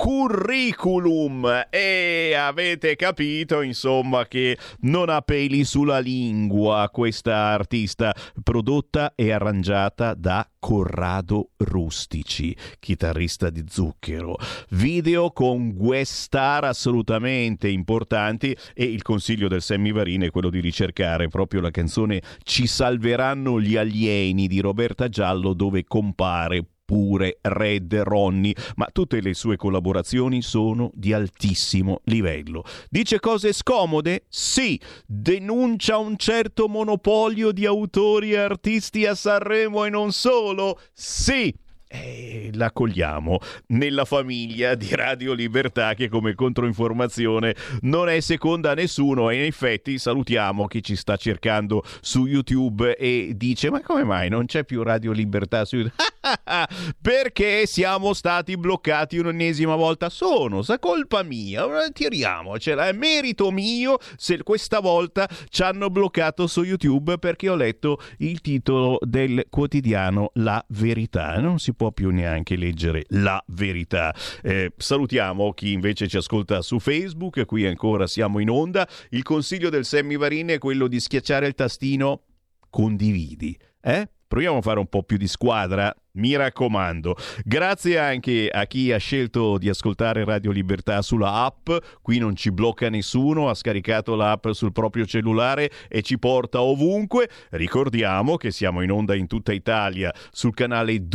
Curriculum, e avete capito insomma che non ha peli sulla lingua questa artista, prodotta e arrangiata da Corrado Rustici, chitarrista di Zucchero. Video con guest star assolutamente importanti, e il consiglio del Sammy Varin è quello di ricercare proprio la canzone Ci salveranno gli alieni di Roberta Giallo, dove compare pure Red Ronnie, ma tutte le sue collaborazioni sono di altissimo livello. Dice cose scomode? Sì. Denuncia un certo monopolio di autori e artisti a Sanremo e non solo? Sì. La cogliamo nella famiglia di Radio Libertà, che come controinformazione non è seconda a nessuno, e in effetti salutiamo chi ci sta cercando su YouTube e dice: ma come mai non c'è più Radio Libertà su YouTube? Perché siamo stati bloccati un'ennesima volta. Sa colpa mia, tiriamocela, è merito mio se questa volta ci hanno bloccato su YouTube perché ho letto il titolo del quotidiano La Verità. Non si può più neanche leggere La Verità. Salutiamo chi invece ci ascolta su Facebook, qui ancora siamo in onda. Il consiglio del Sammy Varin è quello di schiacciare il tastino condividi. Proviamo a fare un po' più di squadra, mi raccomando. Grazie anche a chi ha scelto di ascoltare Radio Libertà sulla app. Qui non ci blocca nessuno, ha scaricato l'app sul proprio cellulare e ci porta ovunque. Ricordiamo che siamo in onda in tutta Italia sul canale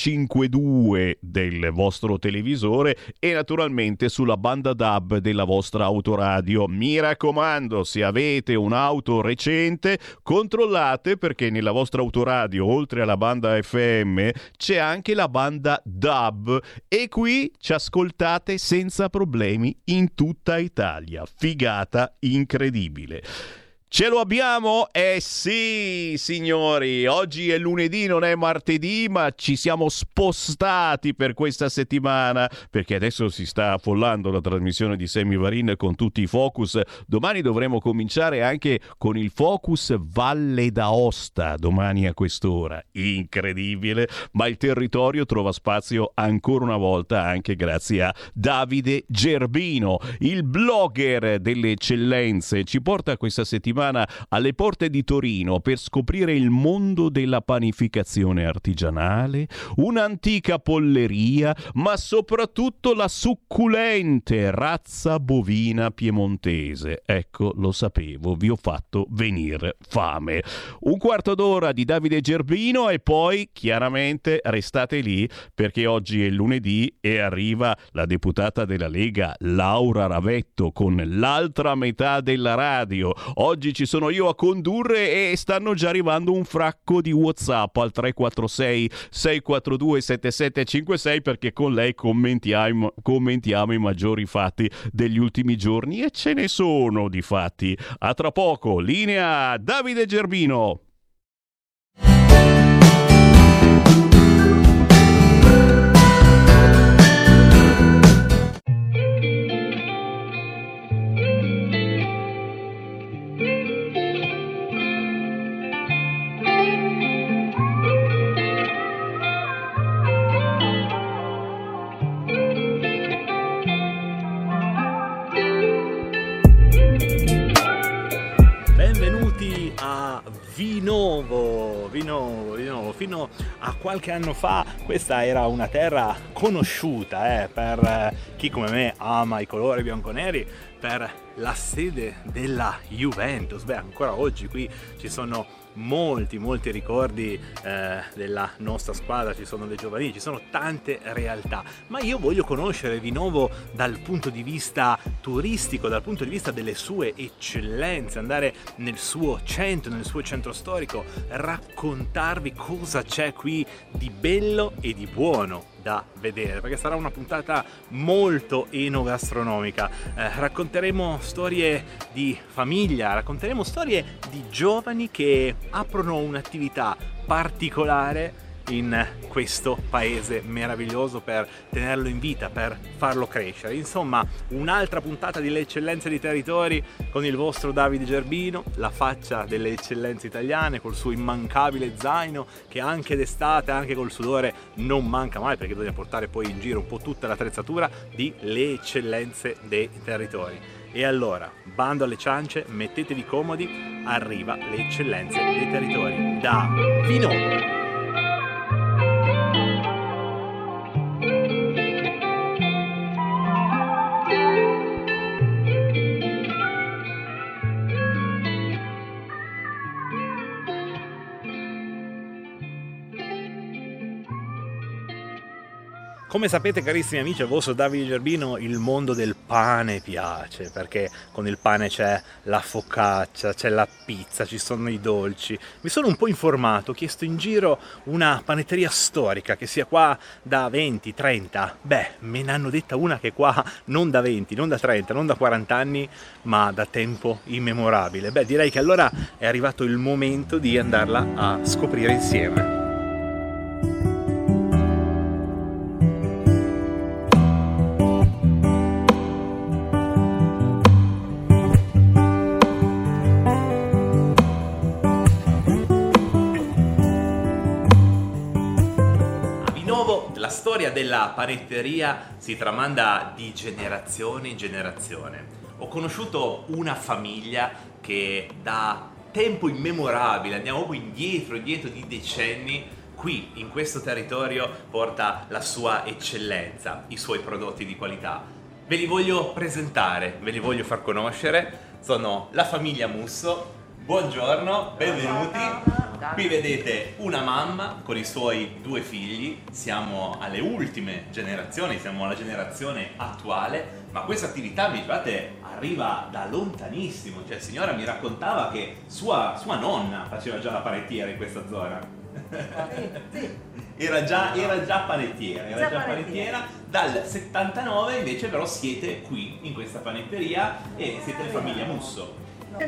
252 del vostro televisore e naturalmente sulla banda DAB della vostra autoradio. Mi raccomando, se avete un'auto recente, controllate, perché nella vostra autoradio, oltre alla banda FM, c'è anche la banda DAB, e qui ci ascoltate senza problemi in tutta Italia. Figata incredibile. Ce lo abbiamo? Sì, signori, oggi è lunedì, non è martedì, ma ci siamo spostati per questa settimana, perché adesso si sta affollando la trasmissione di Sammy Varin con tutti i focus. Domani dovremo cominciare anche con il focus Valle d'Aosta, domani a quest'ora. Incredibile, ma il territorio trova spazio ancora una volta anche grazie a Davide Gerbino, il blogger delle eccellenze. Ci porta questa settimana alle porte di Torino per scoprire il mondo della panificazione artigianale, un'antica polleria, ma soprattutto la succulente razza bovina piemontese. Ecco, lo sapevo, vi ho fatto venire fame. Un quarto d'ora di Davide Gerbino e poi chiaramente restate lì, perché oggi è lunedì e arriva la deputata della Lega Laura Ravetto con l'altra metà della radio. Oggi ci sono io a condurre e stanno già arrivando un fracco di WhatsApp al 346 642 7756, perché con lei commentiamo i maggiori fatti degli ultimi giorni, e ce ne sono di fatti. A tra poco, linea Davide Gerbino. benvenuti a Vinovo. Fino a qualche anno fa questa era una terra conosciuta per chi come me ama i colori bianconeri, per la sede della Juventus. Ancora oggi qui ci sono molti ricordi della nostra squadra, ci sono le giovanili, ci sono tante realtà, ma io voglio conoscere Vinovo dal punto di vista turistico, dal punto di vista delle sue eccellenze, andare nel suo centro storico, raccontarvi cosa c'è qui di bello e di buono da vedere, perché sarà una puntata molto enogastronomica. Racconteremo storie di famiglia, racconteremo storie di giovani che aprono un'attività particolare in questo paese meraviglioso per tenerlo in vita, per farlo crescere. Insomma, un'altra puntata di Le Eccellenze dei Territori con il vostro Davide Gerbino, la faccia delle eccellenze italiane, col suo immancabile zaino che anche d'estate, anche col sudore, non manca mai, perché bisogna portare poi in giro un po' tutta l'attrezzatura di Le Eccellenze dei Territori. E allora, bando alle ciance, mettetevi comodi, arriva Le Eccellenze dei Territori da Vinovo. Come sapete, carissimi amici, al vostro Davide Gerbino il mondo del pane piace, perché con il pane c'è la focaccia, c'è la pizza, ci sono i dolci. Mi sono un po' informato, ho chiesto in giro una panetteria storica che sia qua da 20, 30. Me ne hanno detta una che è qua non da 20, non da 30, non da 40 anni, ma da tempo immemorabile. Direi che allora è arrivato il momento di andarla a scoprire insieme. La storia della panetteria si tramanda di generazione in generazione. Ho conosciuto una famiglia che da tempo immemorabile, andiamo proprio indietro di decenni, qui in questo territorio porta la sua eccellenza, i suoi prodotti di qualità. Ve li voglio presentare, ve li voglio far conoscere. Sono la famiglia Musso. Buongiorno, benvenuti. Qui vedete una mamma con i suoi 2 figli, siamo alle ultime generazioni, siamo alla generazione attuale, ma questa attività, mi dicevate, arriva da lontanissimo. Cioè, signora mi raccontava che sua nonna faceva già la panettiera in questa zona. Sì. Era già panettiera. Dal 79 invece però siete qui in questa panetteria e siete la famiglia Musso. Nel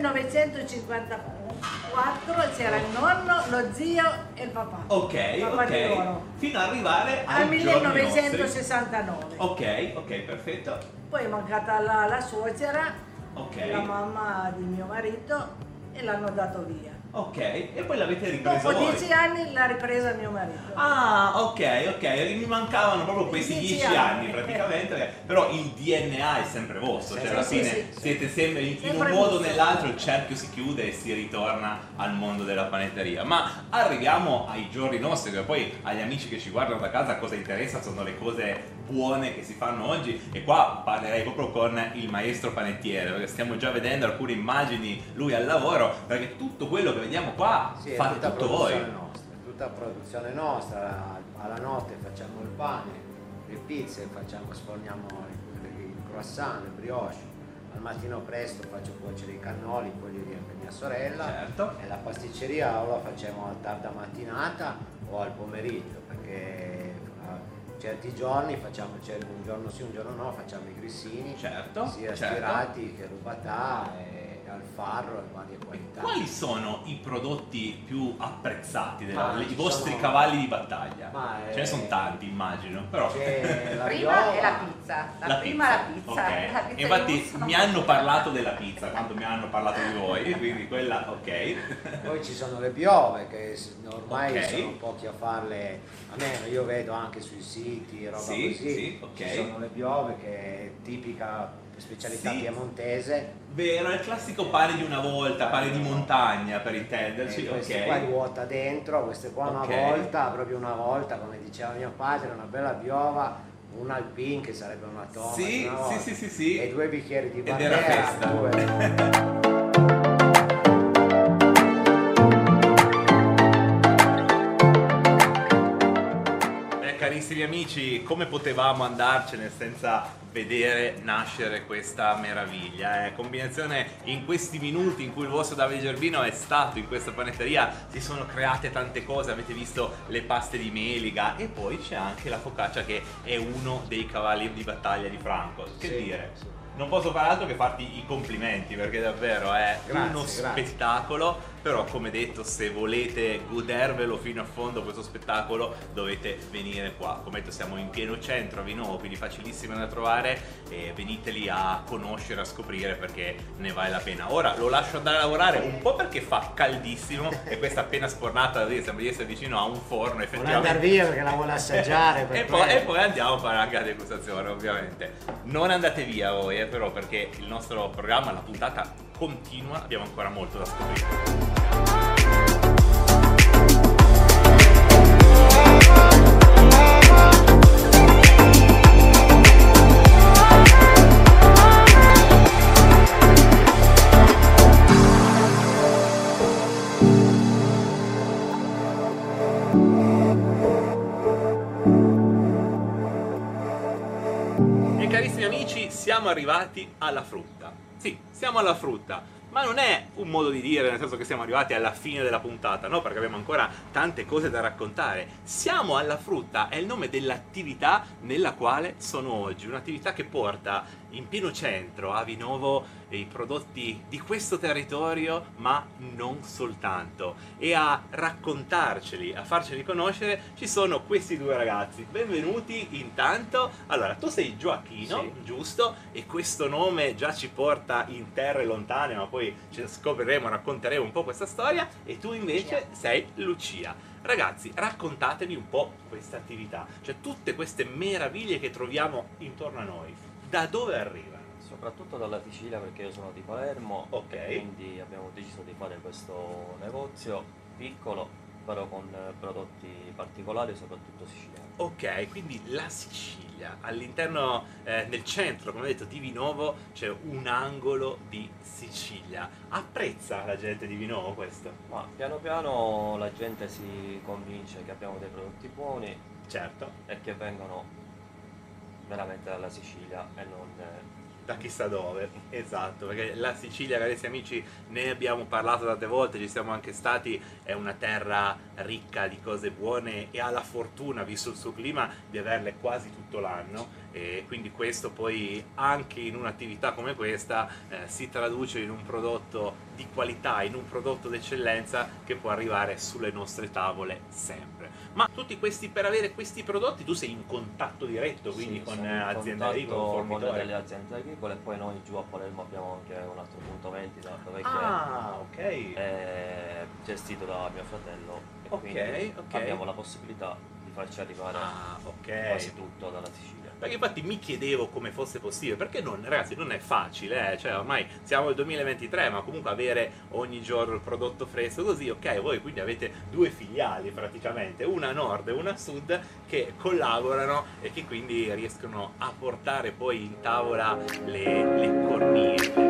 1954 c'era il nonno, lo zio e il papà. Ok. Fino ad arrivare al 1969. Ok, perfetto. Poi è mancata la suocera, la mamma di mio marito, e l'hanno dato via. Ok, e poi l'avete ripreso dopo voi? 10 anni l'ha ripresa mio marito. Ah, ok, mi mancavano proprio questi 10 anni praticamente, però il DNA è sempre vostro, cioè alla fine siete sempre in un modo o nell'altro, il cerchio si chiude e si ritorna al mondo della panetteria. Ma arriviamo ai giorni nostri, che poi agli amici che ci guardano da casa cosa interessa sono le cose buone che si fanno oggi, e qua parlerei proprio con il maestro panettiere, perché stiamo già vedendo alcune immagini lui al lavoro, perché tutto quello che vediamo qua fate tutto voi. Tutta produzione nostra, alla notte facciamo il pane, le pizze, sforniamo il croissant, le brioche, al mattino presto faccio cuocere i cannoli, poi li riempie mia sorella, e la pasticceria o la facciamo a tarda mattinata o al pomeriggio, perché certi giorni facciamo, un giorno sì un giorno no, facciamo i grissini, sia stirati che rubatà e al farro e varie qualità. Quali sono i prodotti più apprezzati, i vostri cavalli di battaglia? Ce ne sono tanti, immagino, però la prima è la pizza, la prima è la pizza. Okay. La pizza. Infatti mi hanno parlato della pizza quando mi hanno parlato di voi, quindi quella Poi ci sono le piove che ormai sono pochi a farle, almeno io vedo anche sui siti, roba così. Ci sono le piove che è tipica specialità Sì. piemontese. Vero, è il classico pane di una volta, pane di montagna per intenderci. Queste Ok. qua ruota dentro, queste qua Ok. una volta, proprio una volta, come diceva mio padre, una bella piova, un alpin che sarebbe una toma, Sì, una volta, sì. e 2 bicchieri di Ed era Barbera, festa. Carissimi amici, come potevamo andarcene senza vedere nascere questa meraviglia? Combinazione in questi minuti in cui il vostro Davide Gerbino è stato in questa panetteria, si sono create tante cose, avete visto le paste di meliga e poi c'è anche la focaccia che è uno dei cavalli di battaglia di Franco. Che dire? Sì. Non posso fare altro che farti i complimenti perché davvero è uno Grazie. spettacolo, però come detto se volete godervelo fino a fondo questo spettacolo dovete venire qua. Come detto siamo in pieno centro a Vinovo, quindi facilissimo da trovare e veniteli a conoscere, a scoprire perché ne vale la pena. Ora lo lascio andare a lavorare un po' perché fa caldissimo e questa appena spornata da dire sembra di essere vicino a un forno Vuole effettivamente. andare via perché la vuole assaggiare. per E poi andiamo a fare anche la degustazione ovviamente. Non andate via voi però perché il nostro programma, la puntata continua, abbiamo ancora molto da scoprire. E carissimi amici, siamo arrivati alla frutta. Sì, siamo alla frutta, ma non è un modo di dire nel senso che siamo arrivati alla fine della puntata, no? Perché abbiamo ancora tante cose da raccontare. Siamo alla frutta, è il nome dell'attività nella quale sono oggi, un'attività che porta in pieno centro a Vinovo i prodotti di questo territorio, ma non soltanto. E a raccontarceli, a farceli conoscere, ci sono questi due ragazzi. Benvenuti intanto. Allora, tu sei Gioacchino, Sì. giusto? E questo nome già ci porta in terre lontane, ma poi ci scopriremo, racconteremo un po' questa storia. E tu invece sei Lucia. Ragazzi, raccontatemi un po' questa attività, cioè tutte queste meraviglie che troviamo intorno a noi. Da dove arrivano? Soprattutto dalla Sicilia perché io sono di Palermo, Ok. e quindi abbiamo deciso di fare questo negozio piccolo però con prodotti particolari soprattutto siciliani. Ok, quindi la Sicilia, all'interno, nel centro, come ho detto, di Vinovo c'è un angolo di Sicilia. Apprezza la gente di Vinovo questo? Ma piano piano la gente si convince che abbiamo dei prodotti buoni, certo, e che vengono veramente dalla Sicilia e non da chissà dove, esatto, perché la Sicilia, carissimi amici, ne abbiamo parlato tante volte, ci siamo anche stati, è una terra ricca di cose buone e ha la fortuna, visto il suo clima, di averle quasi tutto l'anno e quindi questo poi anche in un'attività come questa si traduce in un prodotto di qualità, in un prodotto d'eccellenza che può arrivare sulle nostre tavole sempre. Ma tutti questi, per avere questi prodotti tu sei in contatto diretto quindi Sì, con sono in aziende contatto agricole, con fornitori? delle aziende agricole, e poi noi giù a Palermo abbiamo anche un altro punto vendita dove ok. è gestito da mio fratello e Ok, quindi ok. abbiamo la possibilità di farci arrivare quasi tutto dalla Sicilia. Perché infatti mi chiedevo come fosse possibile, perché non, ragazzi, non è facile, cioè ormai siamo nel 2023, ma comunque avere ogni giorno il prodotto fresco così, ok, voi quindi avete due filiali praticamente, una a nord e una a sud, che collaborano e che quindi riescono a portare poi in tavola le cornie.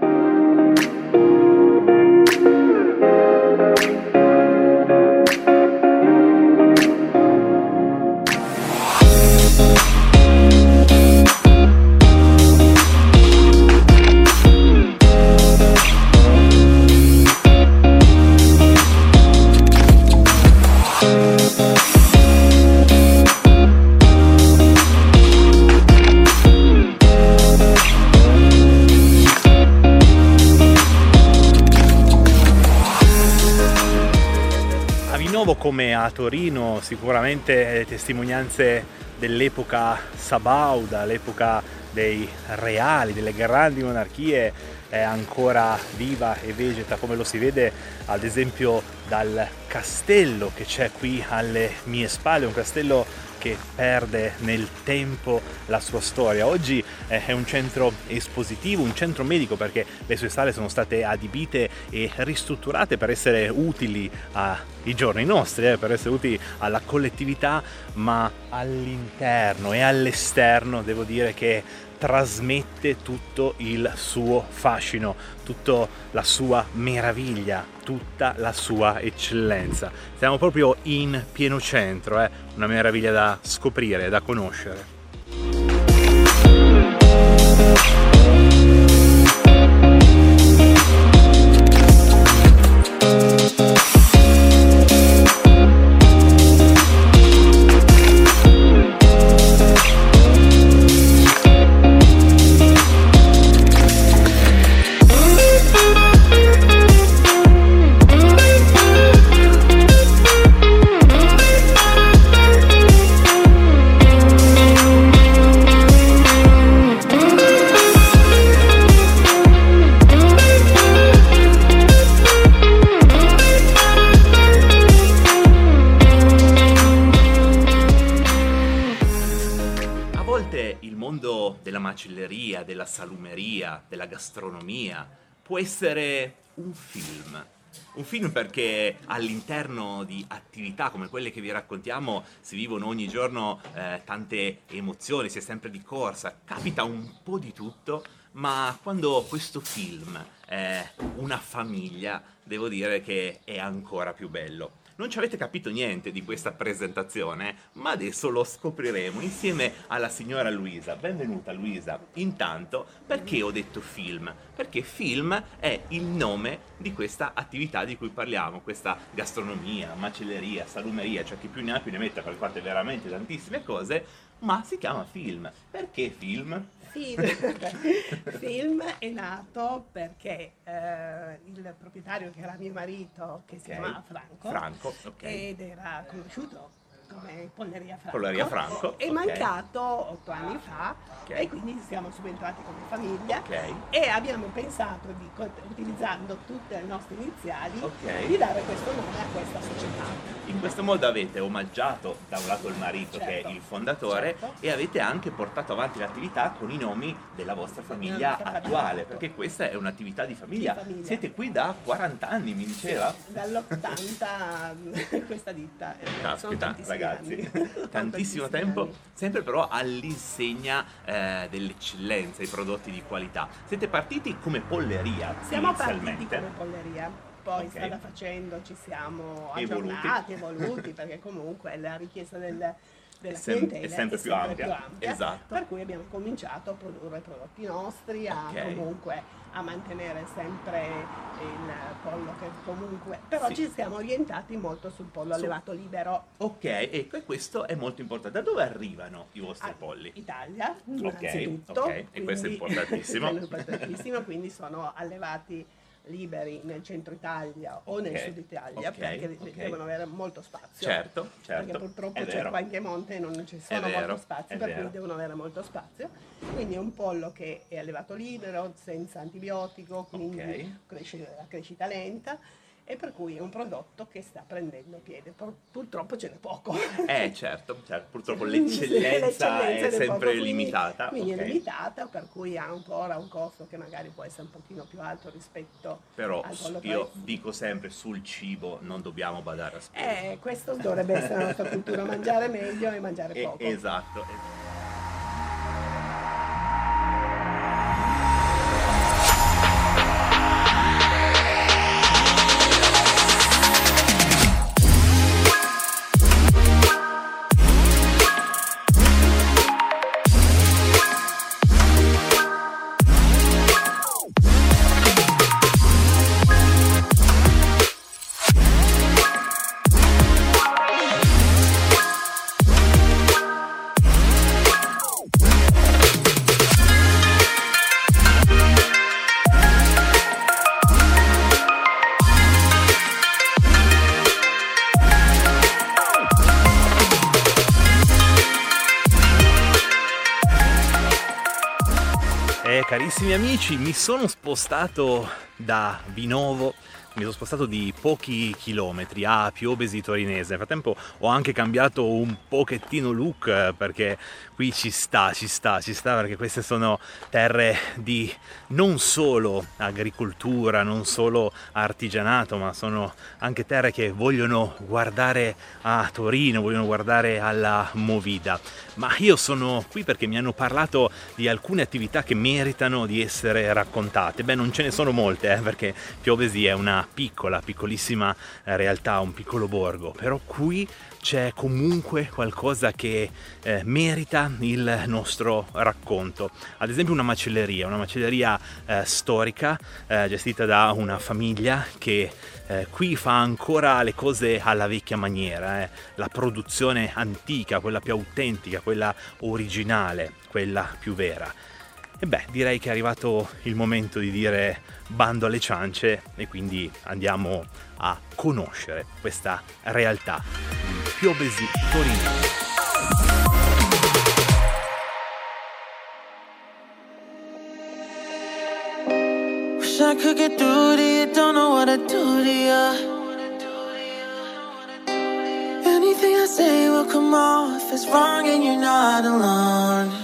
Come a Torino sicuramente testimonianze dell'epoca sabauda, l'epoca dei reali, delle grandi monarchie è ancora viva e vegeta, come lo si vede ad esempio dal castello che c'è qui alle mie spalle, un castello che perde nel tempo la sua storia. Oggi è un centro espositivo, un centro medico, perché le sue sale sono state adibite e ristrutturate per essere utili ai giorni nostri, per essere utili alla collettività, ma all'interno e all'esterno devo dire che trasmette tutto il suo fascino, tutta la sua meraviglia, tutta la sua eccellenza. Siamo proprio in pieno centro, una meraviglia da scoprire, da conoscere. Macelleria, della salumeria, della gastronomia, può essere un film perché all'interno di attività come quelle che vi raccontiamo si vivono ogni giorno tante emozioni, si è sempre di corsa, capita un po' di tutto, ma quando questo film è una famiglia devo dire che è ancora più bello. Non ci avete capito niente di questa presentazione, ma adesso lo scopriremo insieme alla signora Luisa. Benvenuta Luisa. Intanto, perché ho detto film? Perché film è il nome di questa attività di cui parliamo, questa gastronomia, macelleria, salumeria, cioè chi più ne ha più ne metta, perché fate veramente tantissime cose, ma si chiama film. Perché film? Film è nato perché il proprietario, che era mio marito, che si chiamava Franco, ed era conosciuto come Polleria Franco, è mancato 8 anni fa, e quindi siamo subentrati come famiglia e abbiamo pensato di, utilizzando tutte le nostre iniziali, di dare questo nome a questa società. In questo modo avete omaggiato da un lato il marito, che è il fondatore, e avete anche portato avanti l'attività con i nomi della vostra famiglia attuale, perché questa è un'attività di famiglia. Siete qui da 40 anni, mi diceva? Dall'80 questa ditta. Caspita, ragazzi, tantissimo tempo, sempre però all'insegna dell'eccellenza, i prodotti di qualità. Siete partiti come polleria Siamo inizialmente? partiti come polleria, poi strada facendo ci siamo aggiornati, evoluti, perché comunque la richiesta della clientela è sempre più ampia. Esatto. Per cui abbiamo cominciato a produrre prodotti nostri, comunque a mantenere sempre il pollo, che comunque però ci siamo orientati molto sul pollo allevato libero. Ok, ecco, e questo è molto importante. Da dove arrivano i vostri polli? Italia, innanzitutto. Ok, e questo è importantissimo. È importantissimo, quindi sono allevati liberi nel centro Italia o nel sud Italia, perché devono avere molto spazio. Certo. Perché purtroppo c'è qua in Piemonte non ci sono molto spazio, per cui devono avere molto spazio. Quindi è un pollo che è allevato libero, senza antibiotico, quindi cresce la crescita lenta. E per cui è un prodotto che sta prendendo piede. Purtroppo ce n'è poco. Certo, purtroppo l'eccellenza è sempre limitata. Quindi è limitata, per cui ha ancora un costo che magari può essere un pochino più alto rispetto però al pollo io dico sempre, sul cibo non dobbiamo badare a spese. Questo dovrebbe essere la nostra cultura, mangiare meglio e mangiare poco. Esatto. Carissimi amici, mi sono spostato da Vinovo mi sono spostato di pochi chilometri a Piobesi Torinese. Nel frattempo ho anche cambiato un pochettino look, perché qui ci sta, perché queste sono terre di non solo agricoltura, non solo artigianato, ma sono anche terre che vogliono guardare a Torino, vogliono guardare alla Movida. Ma io sono qui perché mi hanno parlato di alcune attività che meritano di essere raccontate. Beh, non ce ne sono molte, perché Piobesi è una piccolissima realtà, un piccolo borgo, però qui c'è comunque qualcosa che merita il nostro racconto. Ad esempio una macelleria storica, gestita da una famiglia che qui fa ancora le cose alla vecchia maniera, la produzione antica, quella più autentica, quella originale, quella più vera. E beh, direi che è arrivato il momento di dire bando alle ciance e quindi andiamo a conoscere questa realtà di Piobesi Torinese. Wish I could get through to you, don't know what to do to you. Anything I say will come off as wrong and you're not alone.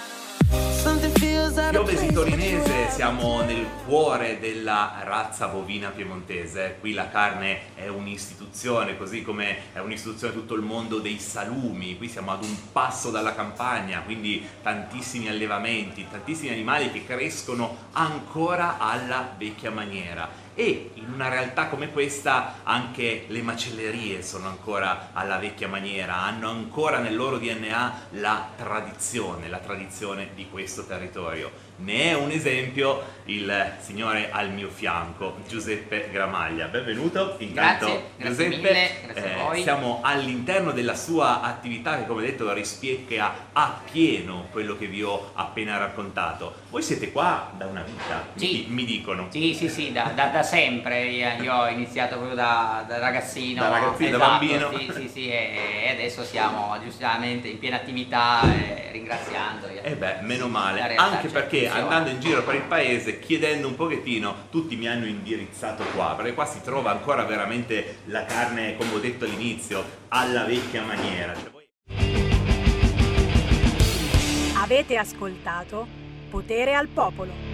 Piobesi Torinese, siamo nel cuore della razza bovina piemontese. Qui la carne è un'istituzione, così come è un'istituzione tutto il mondo dei salumi. Qui siamo ad un passo dalla campagna, quindi tantissimi allevamenti, tantissimi animali che crescono ancora alla vecchia maniera. E in una realtà come questa anche le macellerie sono ancora alla vecchia maniera, hanno ancora nel loro DNA la tradizione di questo territorio. Ne è un esempio il signore al mio fianco, Giuseppe Gramaglia. Benvenuto. Intanto, grazie Giuseppe, mille, grazie a voi. Siamo all'interno della sua attività che, come detto, rispecchia appieno quello che vi ho appena raccontato. Voi siete qua da una vita, Sì. mi dicono. Sì, da sempre. Io ho iniziato proprio da ragazzino. Da bambino. Sì, e adesso siamo giustamente in piena attività, ringraziando. Meno male, anche perché andando in giro per il paese, chiedendo un pochettino, tutti mi hanno indirizzato qua, perché qua si trova ancora veramente la carne, come ho detto all'inizio, alla vecchia maniera. Avete ascoltato Potere al Popolo.